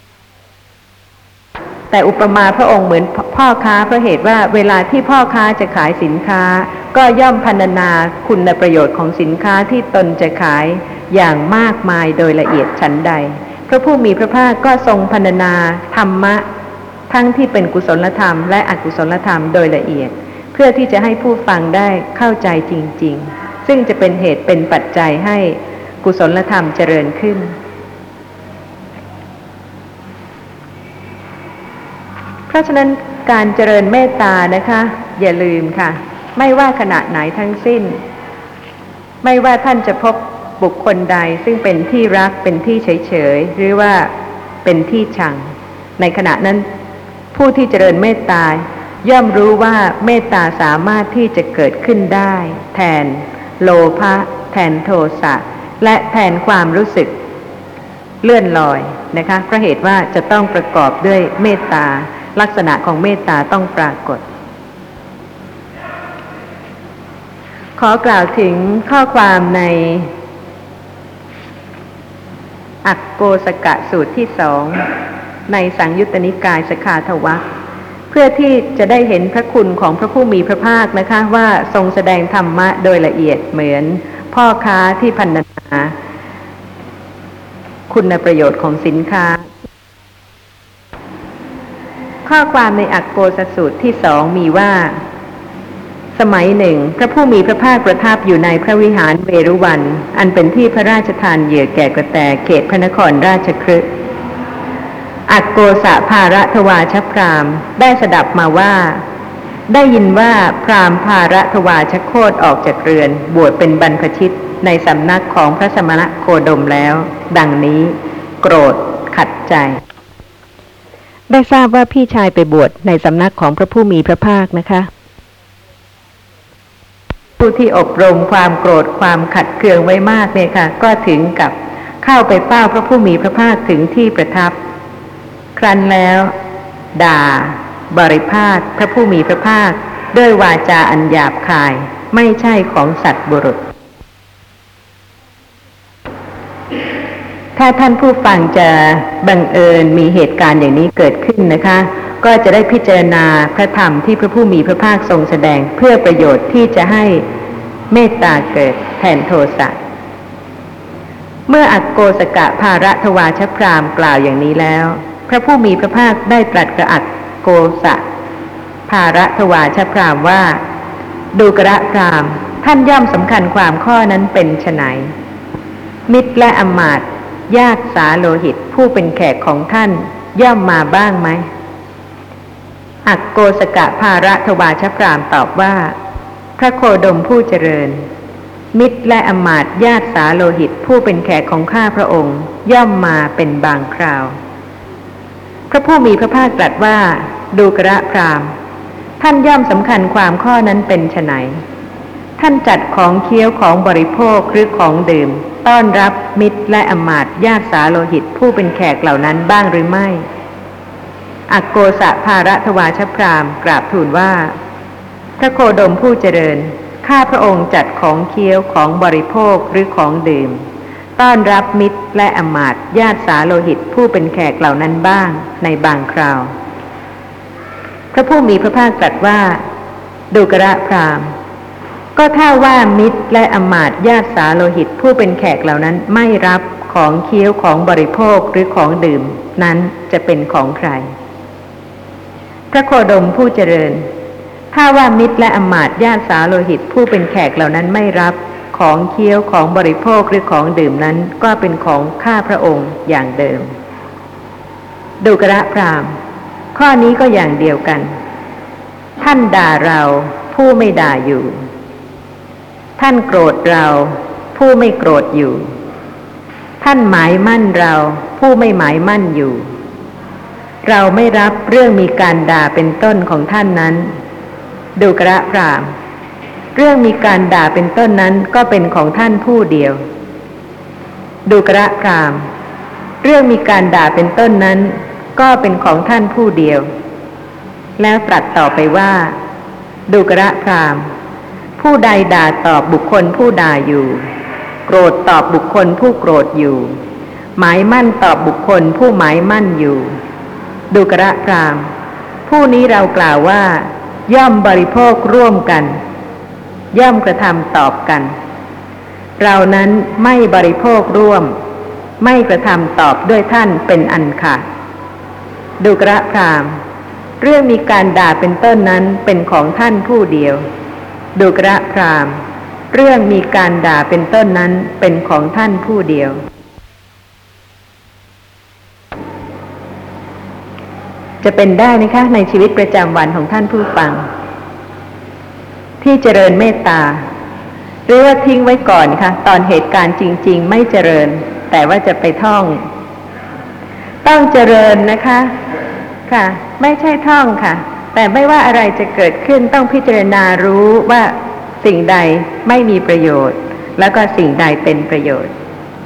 แต่อุปมาพระองค์เหมือนพ่อค้าเพราะเหตุว่าเวลาที่พ่อค้าจะขายสินค้าก็ย่อมพรรณนาคุณประโยชน์ของสินค้าที่ตนจะขายอย่างมากมายโดยละเอียดฉันใดพระผู้มีพระภาคก็ทรงพรรณนาธรรมะทั้งที่เป็นกุศลธรรมและอกุศลธรรมโดยละเอียดเพื่อที่จะให้ผู้ฟังได้เข้าใจจริงๆซึ่งจะเป็นเหตุเป็นปัจจัยให้กุศลธรรมเจริญขึ้นเพราะฉะนั้นการเจริญเมตตานะคะอย่าลืมค่ะไม่ว่าขณะไหนทั้งสิ้นไม่ว่าท่านจะพบบุคคลใดซึ่งเป็นที่รักเป็นที่เฉยๆหรือว่าเป็นที่ชังในขณะนั้นผู้ที่เจริญเมตตาย่อมรู้ว่าเมตตาสามารถที่จะเกิดขึ้นได้แทนโลภะแทนโทสะและแทนความรู้สึกเลื่อนลอยนะคะเพราะเหตุว่าจะต้องประกอบด้วยเมตตาลักษณะของเมตตาต้องปรากฏขอกล่าวถึงข้อความในอักโกสกะสูตรที่สองในสังยุตตนิกายสขาทวรรคเพื่อที่จะได้เห็นพระคุณของพระผู้มีพระภาคนะคะว่าทรงแสดงธรรมะโดยละเอียดเหมือนพ่อค้าที่พรรณนาคุณประโยชน์ของสินค้าข้อความในอักโกสสูตรที่สองมีว่าสมัยหนึ่งพระผู้มีพระภาคประทับอยู่ในพระวิหารเวรุวันอันเป็นที่พระราชทานเหยื่อแก่กระแตเขตพระนครราชคฤห์อักโกสะภารทวาชพราหมณ์ได้สดับมาว่าได้ยินว่าพราหมณ์ภารทวาชโคตออกจากเรือนบวชเป็นบรรพชิตในสำนักของพระสมณโคดมแล้วดังนี้โกรธขัดใจได้ทราบว่าพี่ชายไปบวชในสำนักของพระผู้มีพระภาคนะคะผู้ที่อบรมความโกรธความขัดเคืองไว้มากเนี่ยค่ะก็ถึงกับเข้าไปเฝ้าพระผู้มีพระภาคถึงที่ประทับครั้นแล้วด่าบริพาทพระผู้มีพระภาคด้วยวาจาอันหยาบคายไม่ใช่ของสัตว์บุรุษถ้าท่านผู้ฟังจะบังเอิญมีเหตุการณ์อย่างนี้เกิดขึ้นนะคะก็จะได้พิจารณาพระธรรมที่พระผู้มีพระภาคทรงแสดงเพื่อประโยชน์ที่จะให้เมตตาเกิดแทนโทสะเมื่ออักโกสกะภารทวาชพราหมณ์กล่าวอย่างนี้แล้วพระผู้มีพระภาคได้ตรัสกับอักโกสะภารทวาชพราหมณ์ว่าดูกระพราหมณ์ท่านย่อมสำคัญความข้อนั้นเป็นไฉนมิตรและอมาตย์ญาติสาโลหิตผู้เป็นแขกของท่านย่อมมาบ้างไหมอักโกสกะภาระทวาชพราหมณ์ตอบว่าพระโคดมผู้เจริญมิตรและอมาตย์ญาติสาโลหิตผู้เป็นแขกของข้าพระองค์ย่อมมาเป็นบางคราวพระผู้มีพระภาคตรัสว่าดูกระพราหมณ์ท่านย่อมสำคัญความข้อนั้นเป็นไฉนท่านจัดของเคี้ยวของบริโภคหรือของดื่มต้อนรับมิตรและอมาตย์ญาติสาโลหิตผู้เป็นแขกเหล่านั้นบ้างหรือไม่อักโกสะภาระทวาชพราหมณ์กราบทูลว่าพระโคดมผู้เจริญข้าพระองค์จัดของเคี้ยวของบริโภคหรือของดื่มต้อนรับมิตรและอมาตย์ญาติสาโลหิตผู้เป็นแขกเหล่านั้นบ้างในบางคราวพระผู้มีพระภาคตรัสว่าดูกระพราหมณ์ก็ถ้าว่ามิตรและอมาตย์ญาติสาโลหิตผู้เป็นแขกเหล่านั้นไม่รับของเคี้ยวของบริโภคหรือของดื่มนั้นจะเป็นของใครพระโคดมผู้เจริญถ้าว่ามิตรและอมาตย์ญาติสาโลหิตผู้เป็นแขกเหล่านั้นไม่รับของเคี้ยวของบริโภคหรือของดื่มนั้นก็เป็นของข้าพระองค์อย่างเดิมดูกระพราหมณ์ข้อนี้ก็อย่างเดียวกันท่านด่าเราผู้ไม่ด่าอยู่ท่านโกรธเราผู้ไม่โกรธอยู่ท่านหมายมั่นเราผู้ไม่หมายมั่นอยู่เราไม่รับเรื่องมีการด่าเป็นต้นของท่านนั้นดูกระพราหมณ์เรื่องมีการด่าเป็นต้นนั้นก็เป็นของท่านผู้เดียวดูกระพราหมณ์เรื่องมีการด่าเป็นต้นนั้นก็เป็นของท่านผู้เดียวแล้วตรัสต่อไปว่าดูกระพราหมณ์ผู้ใดด่าตอบบุคคลผู้ด่าอยู่โกรธตอบบุคคลผู้โกรธอยู่หมายมั่นตอบบุคคลผู้หมายมั่นอยู่ดูกระพราหมณ์ผู้นี้เรากล่าวว่าย่อมบริโภคร่วมกันย่อมกระทำตอบกันเรานั้นไม่บริโภคร่วมไม่กระทำตอบด้วยท่านเป็นอันขาดดูกระพราหมณ์เรื่องมีการด่าเป็นต้นนั้นเป็นของท่านผู้เดียวดูกระพราหมณ์เรื่องมีการด่าเป็นต้นนั้นเป็นของท่านผู้เดียวจะเป็นได้ไหมคะในชีวิตประจำวันของท่านผู้ฟังที่เจริญเมตตาหรือว่าทิ้งไว้ก่อนค่ะตอนเหตุการณ์จริงๆไม่เจริญแต่ว่าจะไปท่องต้องเจริญนะคะค่ะไม่ใช่ท่องค่ะแต่ไม่ว่าอะไรจะเกิดขึ้นต้องพิจารณารู้ว่าสิ่งใดไม่มีประโยชน์แล้วก็สิ่งใดเป็นประโยชน์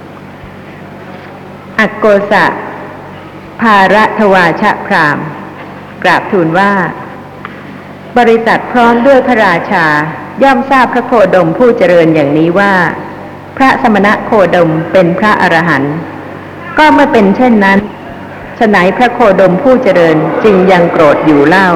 อักโกสะภาระทวาชพราหมณ์กราบทูลว่าบริษัทพร้อมด้วยพระราชาย่อมทราบพระโคดมผู้เจริญอย่างนี้ว่าพระสมณะโคดมเป็นพระอรหันต์ก็เมื่อเป็นเช่นนั้นฉะไหนพระโคดมผู้เจริญจึงยังโกรธอยู่เล่า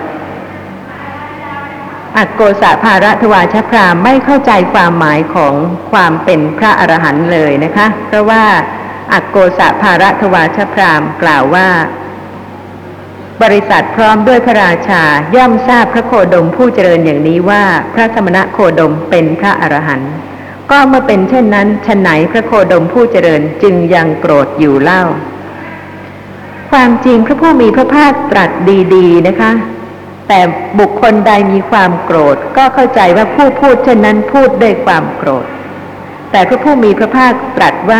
อักโกสะภาระทวาชพราหมณ์ไม่เข้าใจความหมายของความเป็นพระอรหันต์เลยนะคะเพราะว่าอักโกสะภาระทวาชพราหมณ์กล่าวว่าบริษัทพร้อมด้วยพระราชาย่อมทราบพระโคดมผู้เจริญอย่างนี้ว่าพระสมณะโคดมเป็นพระอรหันต์ก็เมื่อเป็นเช่นนั้นฉะไหนพระโคดมผู้เจริญจึงยังโกรธอยู่เล่าความจริงพระผู้มีพระภาคตรัสดีๆนะคะแต่บุคคลใดมีความโกรธก็เข้าใจว่าผู้พูดเช่นนั้นพูดด้วยความโกรธแต่พระผู้มีพระภาคตรัสว่า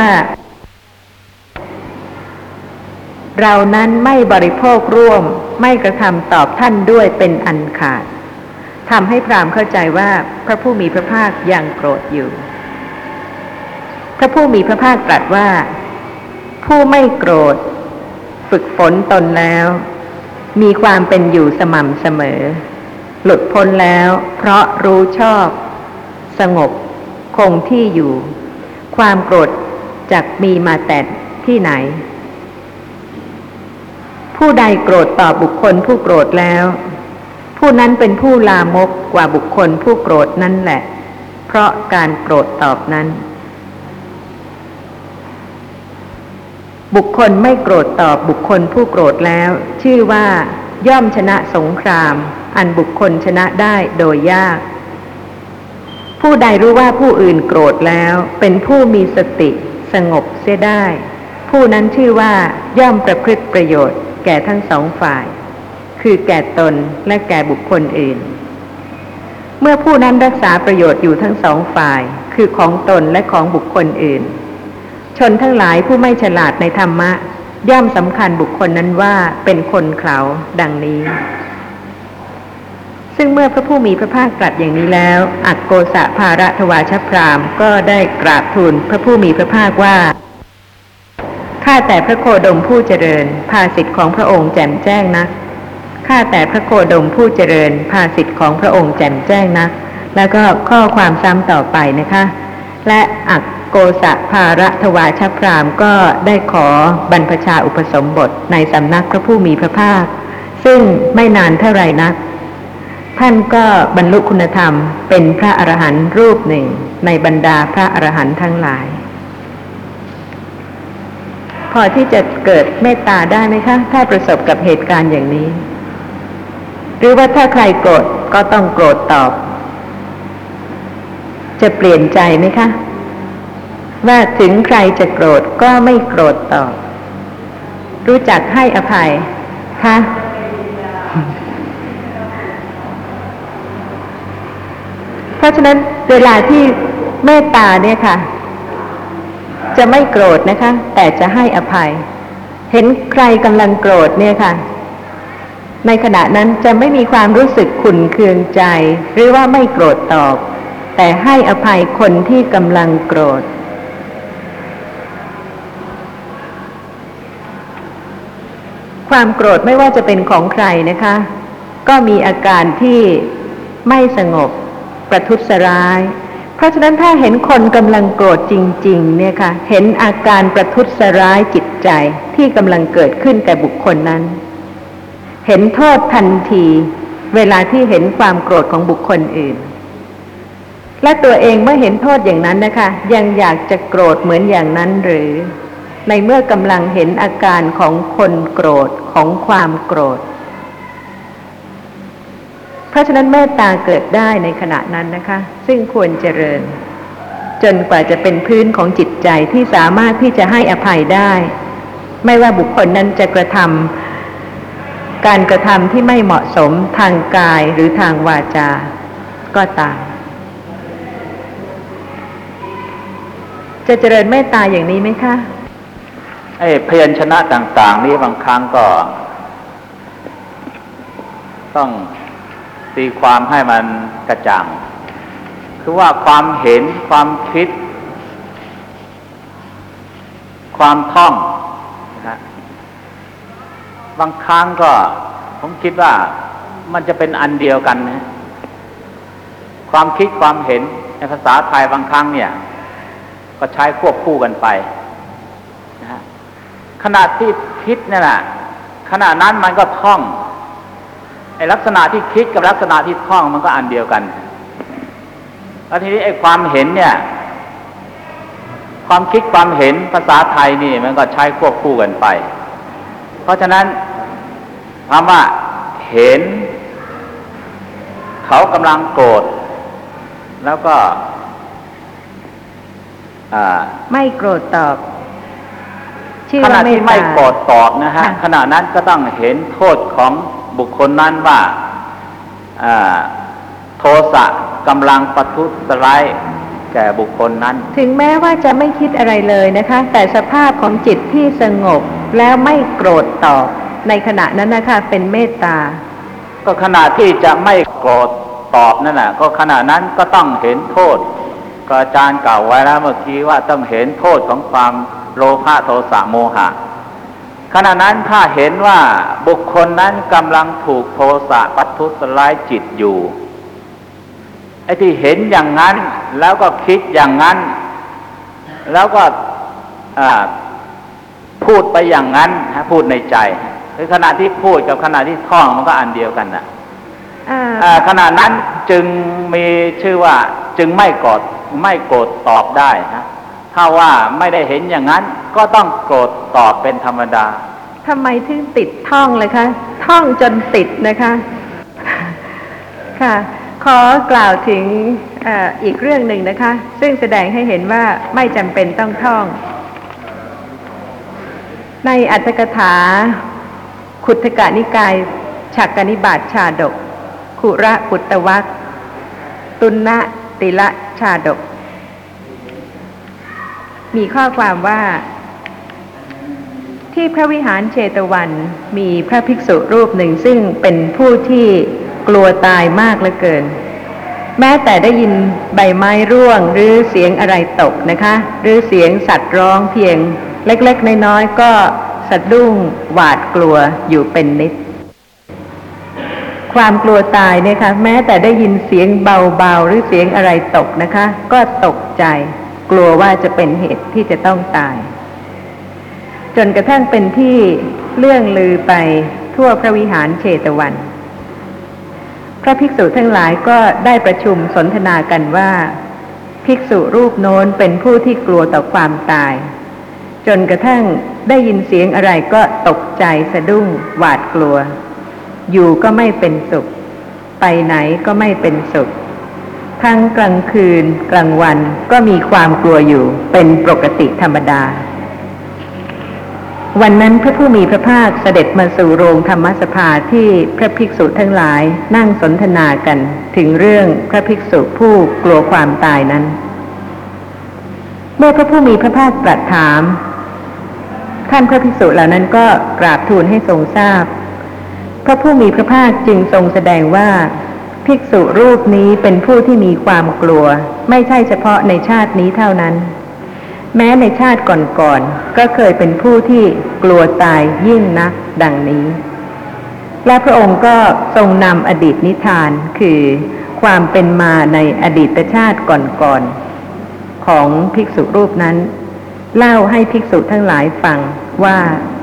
เรานั้นไม่บริโภคร่วมไม่กระทำตอบท่านด้วยเป็นอันขาดทำให้พราหมณ์เข้าใจว่าพระผู้มีพระภาคยังโกรธอยู่พระผู้มีพระภาคตรัสว่าผู้ไม่โกรธฝึกฝนตนแล้วมีความเป็นอยู่สม่ำเสมอหลุดพ้นแล้วเพราะรู้ชอบสงบคงที่อยู่ความโกรธจักมีมาแต่ที่ไหนผู้ใดโกรธต่อบุคคลผู้โกรธแล้วผู้นั้นเป็นผู้ลามกกว่าบุคคลผู้โกรธนั่นแหละเพราะการโกรธตอบนั้นบุคคลไม่โกรธตอบบุคคลผู้โกรธแล้วชื่อว่าย่อมชนะสงครามอันบุคคลชนะได้โดยยากผู้ใดรู้ว่าผู้อื่นโกรธแล้วเป็นผู้มีสติสงบเสียได้ผู้นั้นชื่อว่าย่อมประพฤติประโยชน์แก่ทั้งสองฝ่ายคคือแก่ตนและแก่บุคคลอื่นเมื่อผู้นั้นรักษาประโยชน์อยู่ทั้งสองฝ่ายคือของตนและของบุคคลอื่นชนทั้งหลายผู้ไม่ฉลาดในธรรมะย่อมสำคัญบุคคลนั้นว่าเป็นคนเขลาดังนี้ซึ่งเมื่อพระผู้มีพระภาคตรัสอย่างนี้แล้วอักโกสะภารทวาชพราหมณ์ก็ได้กราบทูลพระผู้มีพระภาคว่าข้าแต่พระโคดมผู้เจริญภาสิทธิ์ของพระองค์แจ่มแจ้งนักข้าแต่พระโคดมผู้เจริญภาสิทธิ์ของพระองค์แจ่มแจ้งนักแล้วก็ข้อความซ้ำต่อไปนะคะและอักโกสะภารทวาชพราหมณ์ก็ได้ขอบรรพชาอุปสมบทในสำนักพระผู้มีพระภาคซึ่งไม่นานเท่าไรนักท่านก็บรรลุคุณธรรมเป็นพระอรหันต์รูปหนึ่งในบรรดาพระอรหันต์ทั้งหลายพอที่จะเกิดเมตตาได้ไหมคะถ้าประสบกับเหตุการณ์อย่างนี้หรือว่าถ้าใครโกรธก็ต้องโกรธตอบจะเปลี่ยนใจไหมคะว่าถึงใครจะโกรธก็ไม่โกรธตอบรู้จักให้อภัยคะเพราะฉะนั้นเวลาที่เมตตาเนี่ยค่ะจะไม่โกรธนะคะแต่จะให้อภัยเห็นใครกำลังโกรธเนี่ยค่ะในขณะนั้นจะไม่มีความรู้สึกขุ่นเคืองใจหรือว่าไม่โกรธตอบแต่ให้อภัยคนที่กำลังโกรธความโกรธไม่ว่าจะเป็นของใครนะคะก็มีอาการที่ไม่สงบประทุษร้ายเพราะฉะนั้นถ้าเห็นคนกำลังโกรธจริงๆเนี่ยค่ะเห็นอาการประทุษร้ายจิตใจที่กำลังเกิดขึ้นแก่บุคคลนั้นเห็นโทษทันทีเวลาที่เห็นความโกรธของบุคคลอื่นและตัวเองเมื่อเห็นโทษอย่างนั้นนะคะยังอยากจะโกรธเหมือนอย่างนั้นหรือในเมื่อกำลังเห็นอาการของคนโกรธของความโกรธเพราะฉะนั้นเมตตาเกิดได้ในขณะนั้นนะคะซึ่งควรเจริญจนกว่าจะเป็นพื้นของจิตใจที่สามารถที่จะให้อภัยได้ไม่ว่าบุคคลนั้นจะกระทำการกระทำที่ไม่เหมาะสมทางกายหรือทางวาจาก็ตามจะเจริญเมตตาอย่างนี้ไหมคะไอ้พยัญชนะต่างๆนี้บางครั้งก็ต้องตีความให้มันกระจ่างคือว่าความเห็นความคิดความท่องนะบางครั้งก็ผมคิดว่ามันจะเป็นอันเดียวกันนะความคิดความเห็นในภาษาไทยบางครั้งเนี่ยก็ใช้ควบคู่กันไปนะฮะขณะที่คิดเนี่ยนะขณะนั้นมันก็ท่องไอ้ลักษณะที่คิดกับลักษณะที่ท่องมันก็อันเดียวกันแล้วทีนี้ไอ้ความเห็นเนี่ยความคิดความเห็นภาษาไทยนี่มันก็ใช้ควบคู่กันไปเพราะฉะนั้นคำว่าเห็นเขากำลังโกรธแล้วก็ไม่โกรธตอบขณะที่ไม่โกรธตอบนะฮะขณะนั้นก็ต้องเห็นโทษของบุคคลนั้นว่าโทสะกำลังประทุษร้ายแก่บุคคลนั้นถึงแม้ว่าจะไม่คิดอะไรเลยนะคะแต่สภาพของจิตที่สงบแล้วไม่โกรธตอบในขณะนั้นนะคะเป็นเมตตาก็ขณะที่จะไม่โกรธตอบนั่นแหละก็ขณะนั้นก็ต้องเห็นโทษก็อาจารย์กล่าวไว้แล้วเมื่อกี้ว่าต้องเห็นโทษของความโลภะโทสะโมหะขณะนั้นถ้าเห็นว่าบุคคลนั้นกำลังถูกโทสะประทุษร้ายจิตอยู่ไอ้ที่เห็นอย่างนั้นแล้วก็คิดอย่างนั้นแล้วก็พูดไปอย่างนั้นพูดในใจคือขณะที่พูดกับขณะที่ท่องมันก็อันเดียวกันนะขณะนั้นจึงมีชื่อว่าจึงไม่โกรธไม่โกรธตอบได้ฮะถ้าว่าไม่ได้เห็นอย่างนั้นก็ต้องโกรธตอบเป็นธรรมดาทำไมถึงติดท่องเลยคะท่องจนติดนะคะค่ะขอกล่าวถึง อ, อีกเรื่องหนึ่งนะคะซึ่งแสดงให้เห็นว่าไม่จำเป็นต้องท่องในอรรถกถาขุททกนิกายฉักกนิบาตชาดกคุระปุตตวัคตุณติละชาดกมีข้อความว่าที่พระวิหารเชตวันมีพระภิกษุรูปหนึ่งซึ่งเป็นผู้ที่กลัวตายมากเหลือเกินแม้แต่ได้ยินใบไม้ร่วงหรือเสียงอะไรตกนะคะหรือเสียงสัตว์ร้องเพียงเล็กๆน้อยๆก็สะดุ้งหวาดกลัวอยู่เป็นนิดความกลัวตายเนี่ยค่ะแม้แต่ได้ยินเสียงเบาๆหรือเสียงอะไรตกนะคะก็ตกใจกลัวว่าจะเป็นเหตุที่จะต้องตายจนกระทั่งเป็นที่เลื่องลือไปทั่วพระวิหารเชตวันพระภิกษุทั้งหลายก็ได้ประชุมสนทนากันว่าภิกษุรูปโน้นเป็นผู้ที่กลัวต่อความตายจนกระทั่งได้ยินเสียงอะไรก็ตกใจสะดุ้งหวาดกลัวอยู่ก็ไม่เป็นสุขไปไหนก็ไม่เป็นสุขทั้งกลางคืนกลางวันก็มีความกลัวอยู่เป็นปกติธรรมดาวันนั้นพระผู้มีพระภาคเสด็จมาสู่โรงธรรมสภาที่พระภิกษุทั้งหลายนั่งสนทนากันถึงเรื่องพระภิกษุผู้กลัวความตายนั้นเมื่อพระผู้มีพระภาคตรัสถามท่านพระภิกษุเหล่านั้นก็กราบทูลให้ทรงทราบพระผู้มีพระภาคจึงทรงแสดงว่าภิกษุรูปนี้เป็นผู้ที่มีความกลัวไม่ใช่เฉพาะในชาตินี้เท่านั้นแม้ในชาติก่อนๆก็เคยเป็นผู้ที่กลัวตายยิ่งนักดังนี้และพระองค์ก็ทรงนำอดีตนิทานคือความเป็นมาในอดีตชาติก่อนๆของภิกษุรูปนั้นเล่าให้ภิกษุทั้งหลายฟังว่า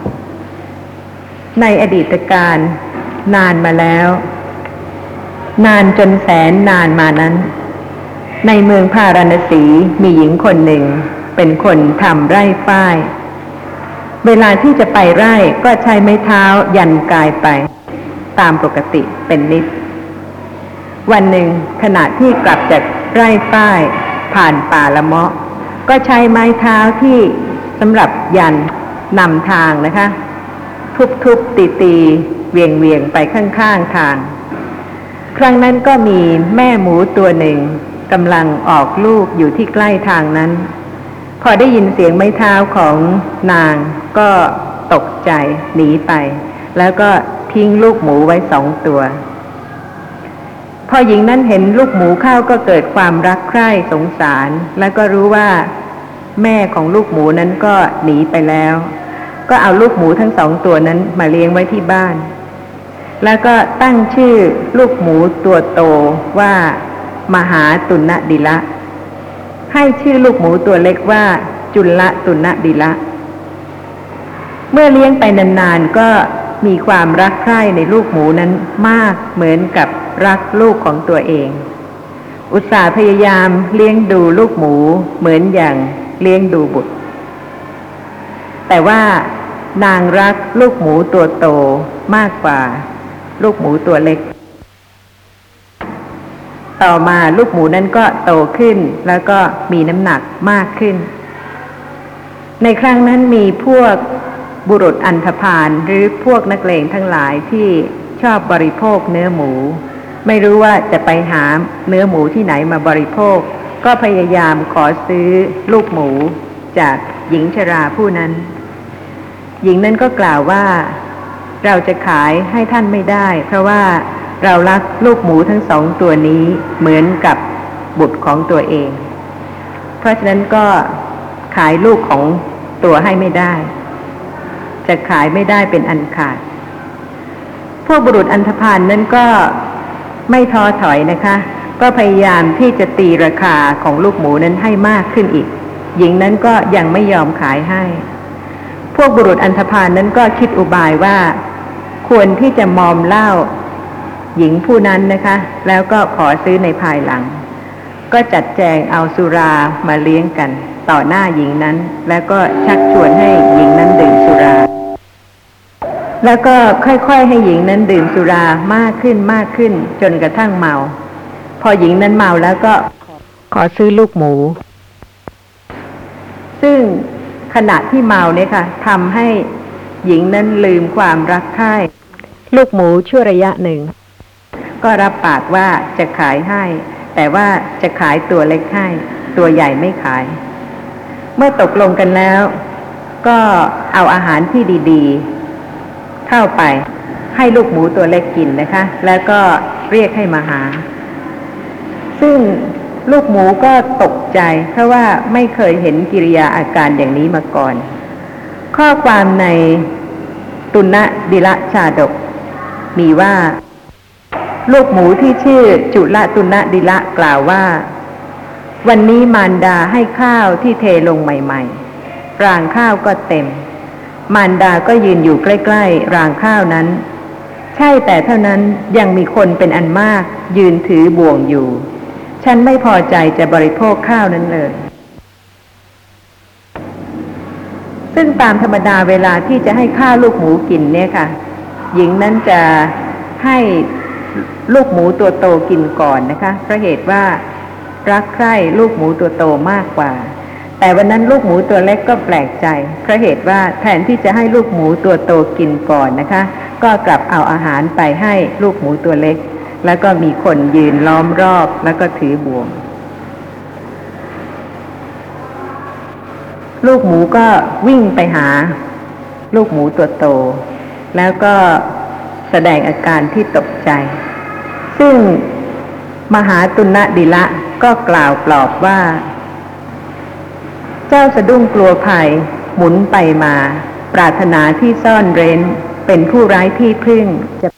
ในอดีตการนานมาแล้วนานจนแสนนานมานั้นในเมืองพาราณสีมีหญิงคนหนึ่งเป็นคนทำไร่ฝ้ายเวลาที่จะไปไร่ก็ใช้ไม้เท้ายันกายไปตามปกติเป็นนิดวันหนึ่งขณะที่กลับจากไร่ฝ้ายผ่านป่าละเมาะก็ใช้ไม้เท้าที่สำหรับยันนำทางนะคะทุบๆตีๆเวียงๆไปข้างๆทางครั้งนั้นก็มีแม่หมูตัวหนึ่งกำลังออกลูกอยู่ที่ใกล้ทางนั้นพอได้ยินเสียงไม้เท้าของนางก็ตกใจหนีไปแล้วก็ทิ้งลูกหมูไว้สองตัวพอหญิงนั้นเห็นลูกหมูเข้าก็เกิดความรักใคร่สงสารแล้วก็รู้ว่าแม่ของลูกหมูนั้นก็หนีไปแล้วก็เอาลูกหมูทั้งสองตัวนั้นมาเลี้ยงไว้ที่บ้านแล้วก็ตั้งชื่อลูกหมูตัวโตว่ามหาตุณดิละให้ชื่อลูกหมูตัวเล็กว่าจุลตุณดิละเมื่อเลี้ยงไปนานๆก็มีความรักใคร่ในลูกหมูนั้นมากเหมือนกับรักลูกของตัวเองอุตส่าห์พยายามเลี้ยงดูลูกหมูเหมือนอย่างเลี้ยงดูบุตรแต่ว่านางรักลูกหมูตัวโตมากกว่าลูกหมูตัวเล็กต่อมาลูกหมูนั้นก็โตขึ้นแล้วก็มีน้ำหนักมากขึ้นในครั้งนั้นมีพวกบุรุษอันธพาลหรือพวกนักเลงทั้งหลายที่ชอบบริโภคเนื้อหมูไม่รู้ว่าจะไปหาเนื้อหมูที่ไหนมาบริโภคก็พยายามขอซื้อลูกหมูจากหญิงชราผู้นั้นหญิงนั้นก็กล่าวว่าเราจะขายให้ท่านไม่ได้เพราะว่าเรารักลูกหมูทั้งสองตัวนี้เหมือนกับบุตรของตัวเองเพราะฉะนั้นก็ขายลูกของตัวให้ไม่ได้จะขายไม่ได้เป็นอันขาดพวกบุรุษอันธพาลนั้นก็ไม่ท้อถอยนะคะก็พยายามที่จะตีราคาของลูกหมูนั้นให้มากขึ้นอีกหญิงนั้นก็ยังไม่ยอมขายให้พวกบุรุษอันธพาลนั้นก็คิดอุบายว่าควรที่จะมอมเหล้าหญิงผู้นั้นนะคะแล้วก็ขอซื้อในภายหลังก็จัดแจงเอาสุรามาเลี้ยงกันต่อหน้าหญิงนั้นแล้วก็ชักชวนให้หญิงนั้นดื่มสุราแล้วก็ค่อยๆให้หญิงนั้นดื่มสุรามากขึ้นมากขึ้นจนกระทั่งเมาพอหญิงนั้นเมาแล้วก็ขอซื้อลูกหมูซึ่งขณะที่เมาเนี่ยค่ะทำให้หญิงนั้นลืมความรักใคร่ลูกหมูชั่วระยะหนึ่งก็รับปากว่าจะขายให้แต่ว่าจะขายตัวเล็กให้ตัวใหญ่ไม่ขายเมื่อตกลงกันแล้วก็เอาอาหารที่ดีๆเข้าไปให้ลูกหมูตัวเล็กกินนะคะแล้วก็เรียกให้มาหาซึ่งลูกหมูก็ตกใจเพราะว่าไม่เคยเห็นกิริยาอาการอย่างนี้มาก่อนข้อความในตุณดิละชาดกมีว่าลูกหมูที่ชื่อจุลตุณดิละกล่าวว่าวันนี้มารดาให้ข้าวที่เทลงใหม่ๆรางข้าวก็เต็มมารดาก็ยืนอยู่ใกล้ๆรางข้าวนั้นใช่แต่เท่านั้นยังมีคนเป็นอันมากยืนถือบ่วงอยู่ฉันไม่พอใจจะบริโภคข้าวนั้นเลยซึ่งตามธรรมดาเวลาที่จะให้ข้าวลูกหมูกินเนี่ยค่ะหญิงนั้นจะให้ลูกหมูตัวโตกินก่อนนะคะเพราะเหตุว่ารักใคร่ลูกหมูตัวโตมากกว่าแต่วันนั้นลูกหมูตัวเล็กก็แปลกใจเพราะเหตุว่าแทนที่จะให้ลูกหมูตัวโตกินก่อนนะคะก็กลับเอาอาหารไปให้ลูกหมูตัวเล็กแล้วก็มีคนยืนล้อมรอบแล้วก็ถือบ่วงลูกหมูก็วิ่งไปหาลูกหมูตัวโตแล้วก็แสดงอาการที่ตกใจซึ่งมหาตุณดิละก็กล่าวปลอบว่าเจ้าสะดุ้งกลัวภัยหมุนไปมาปรารถนาที่ซ่อนเร้นเป็นผู้ไร้ที่พึ่งจะ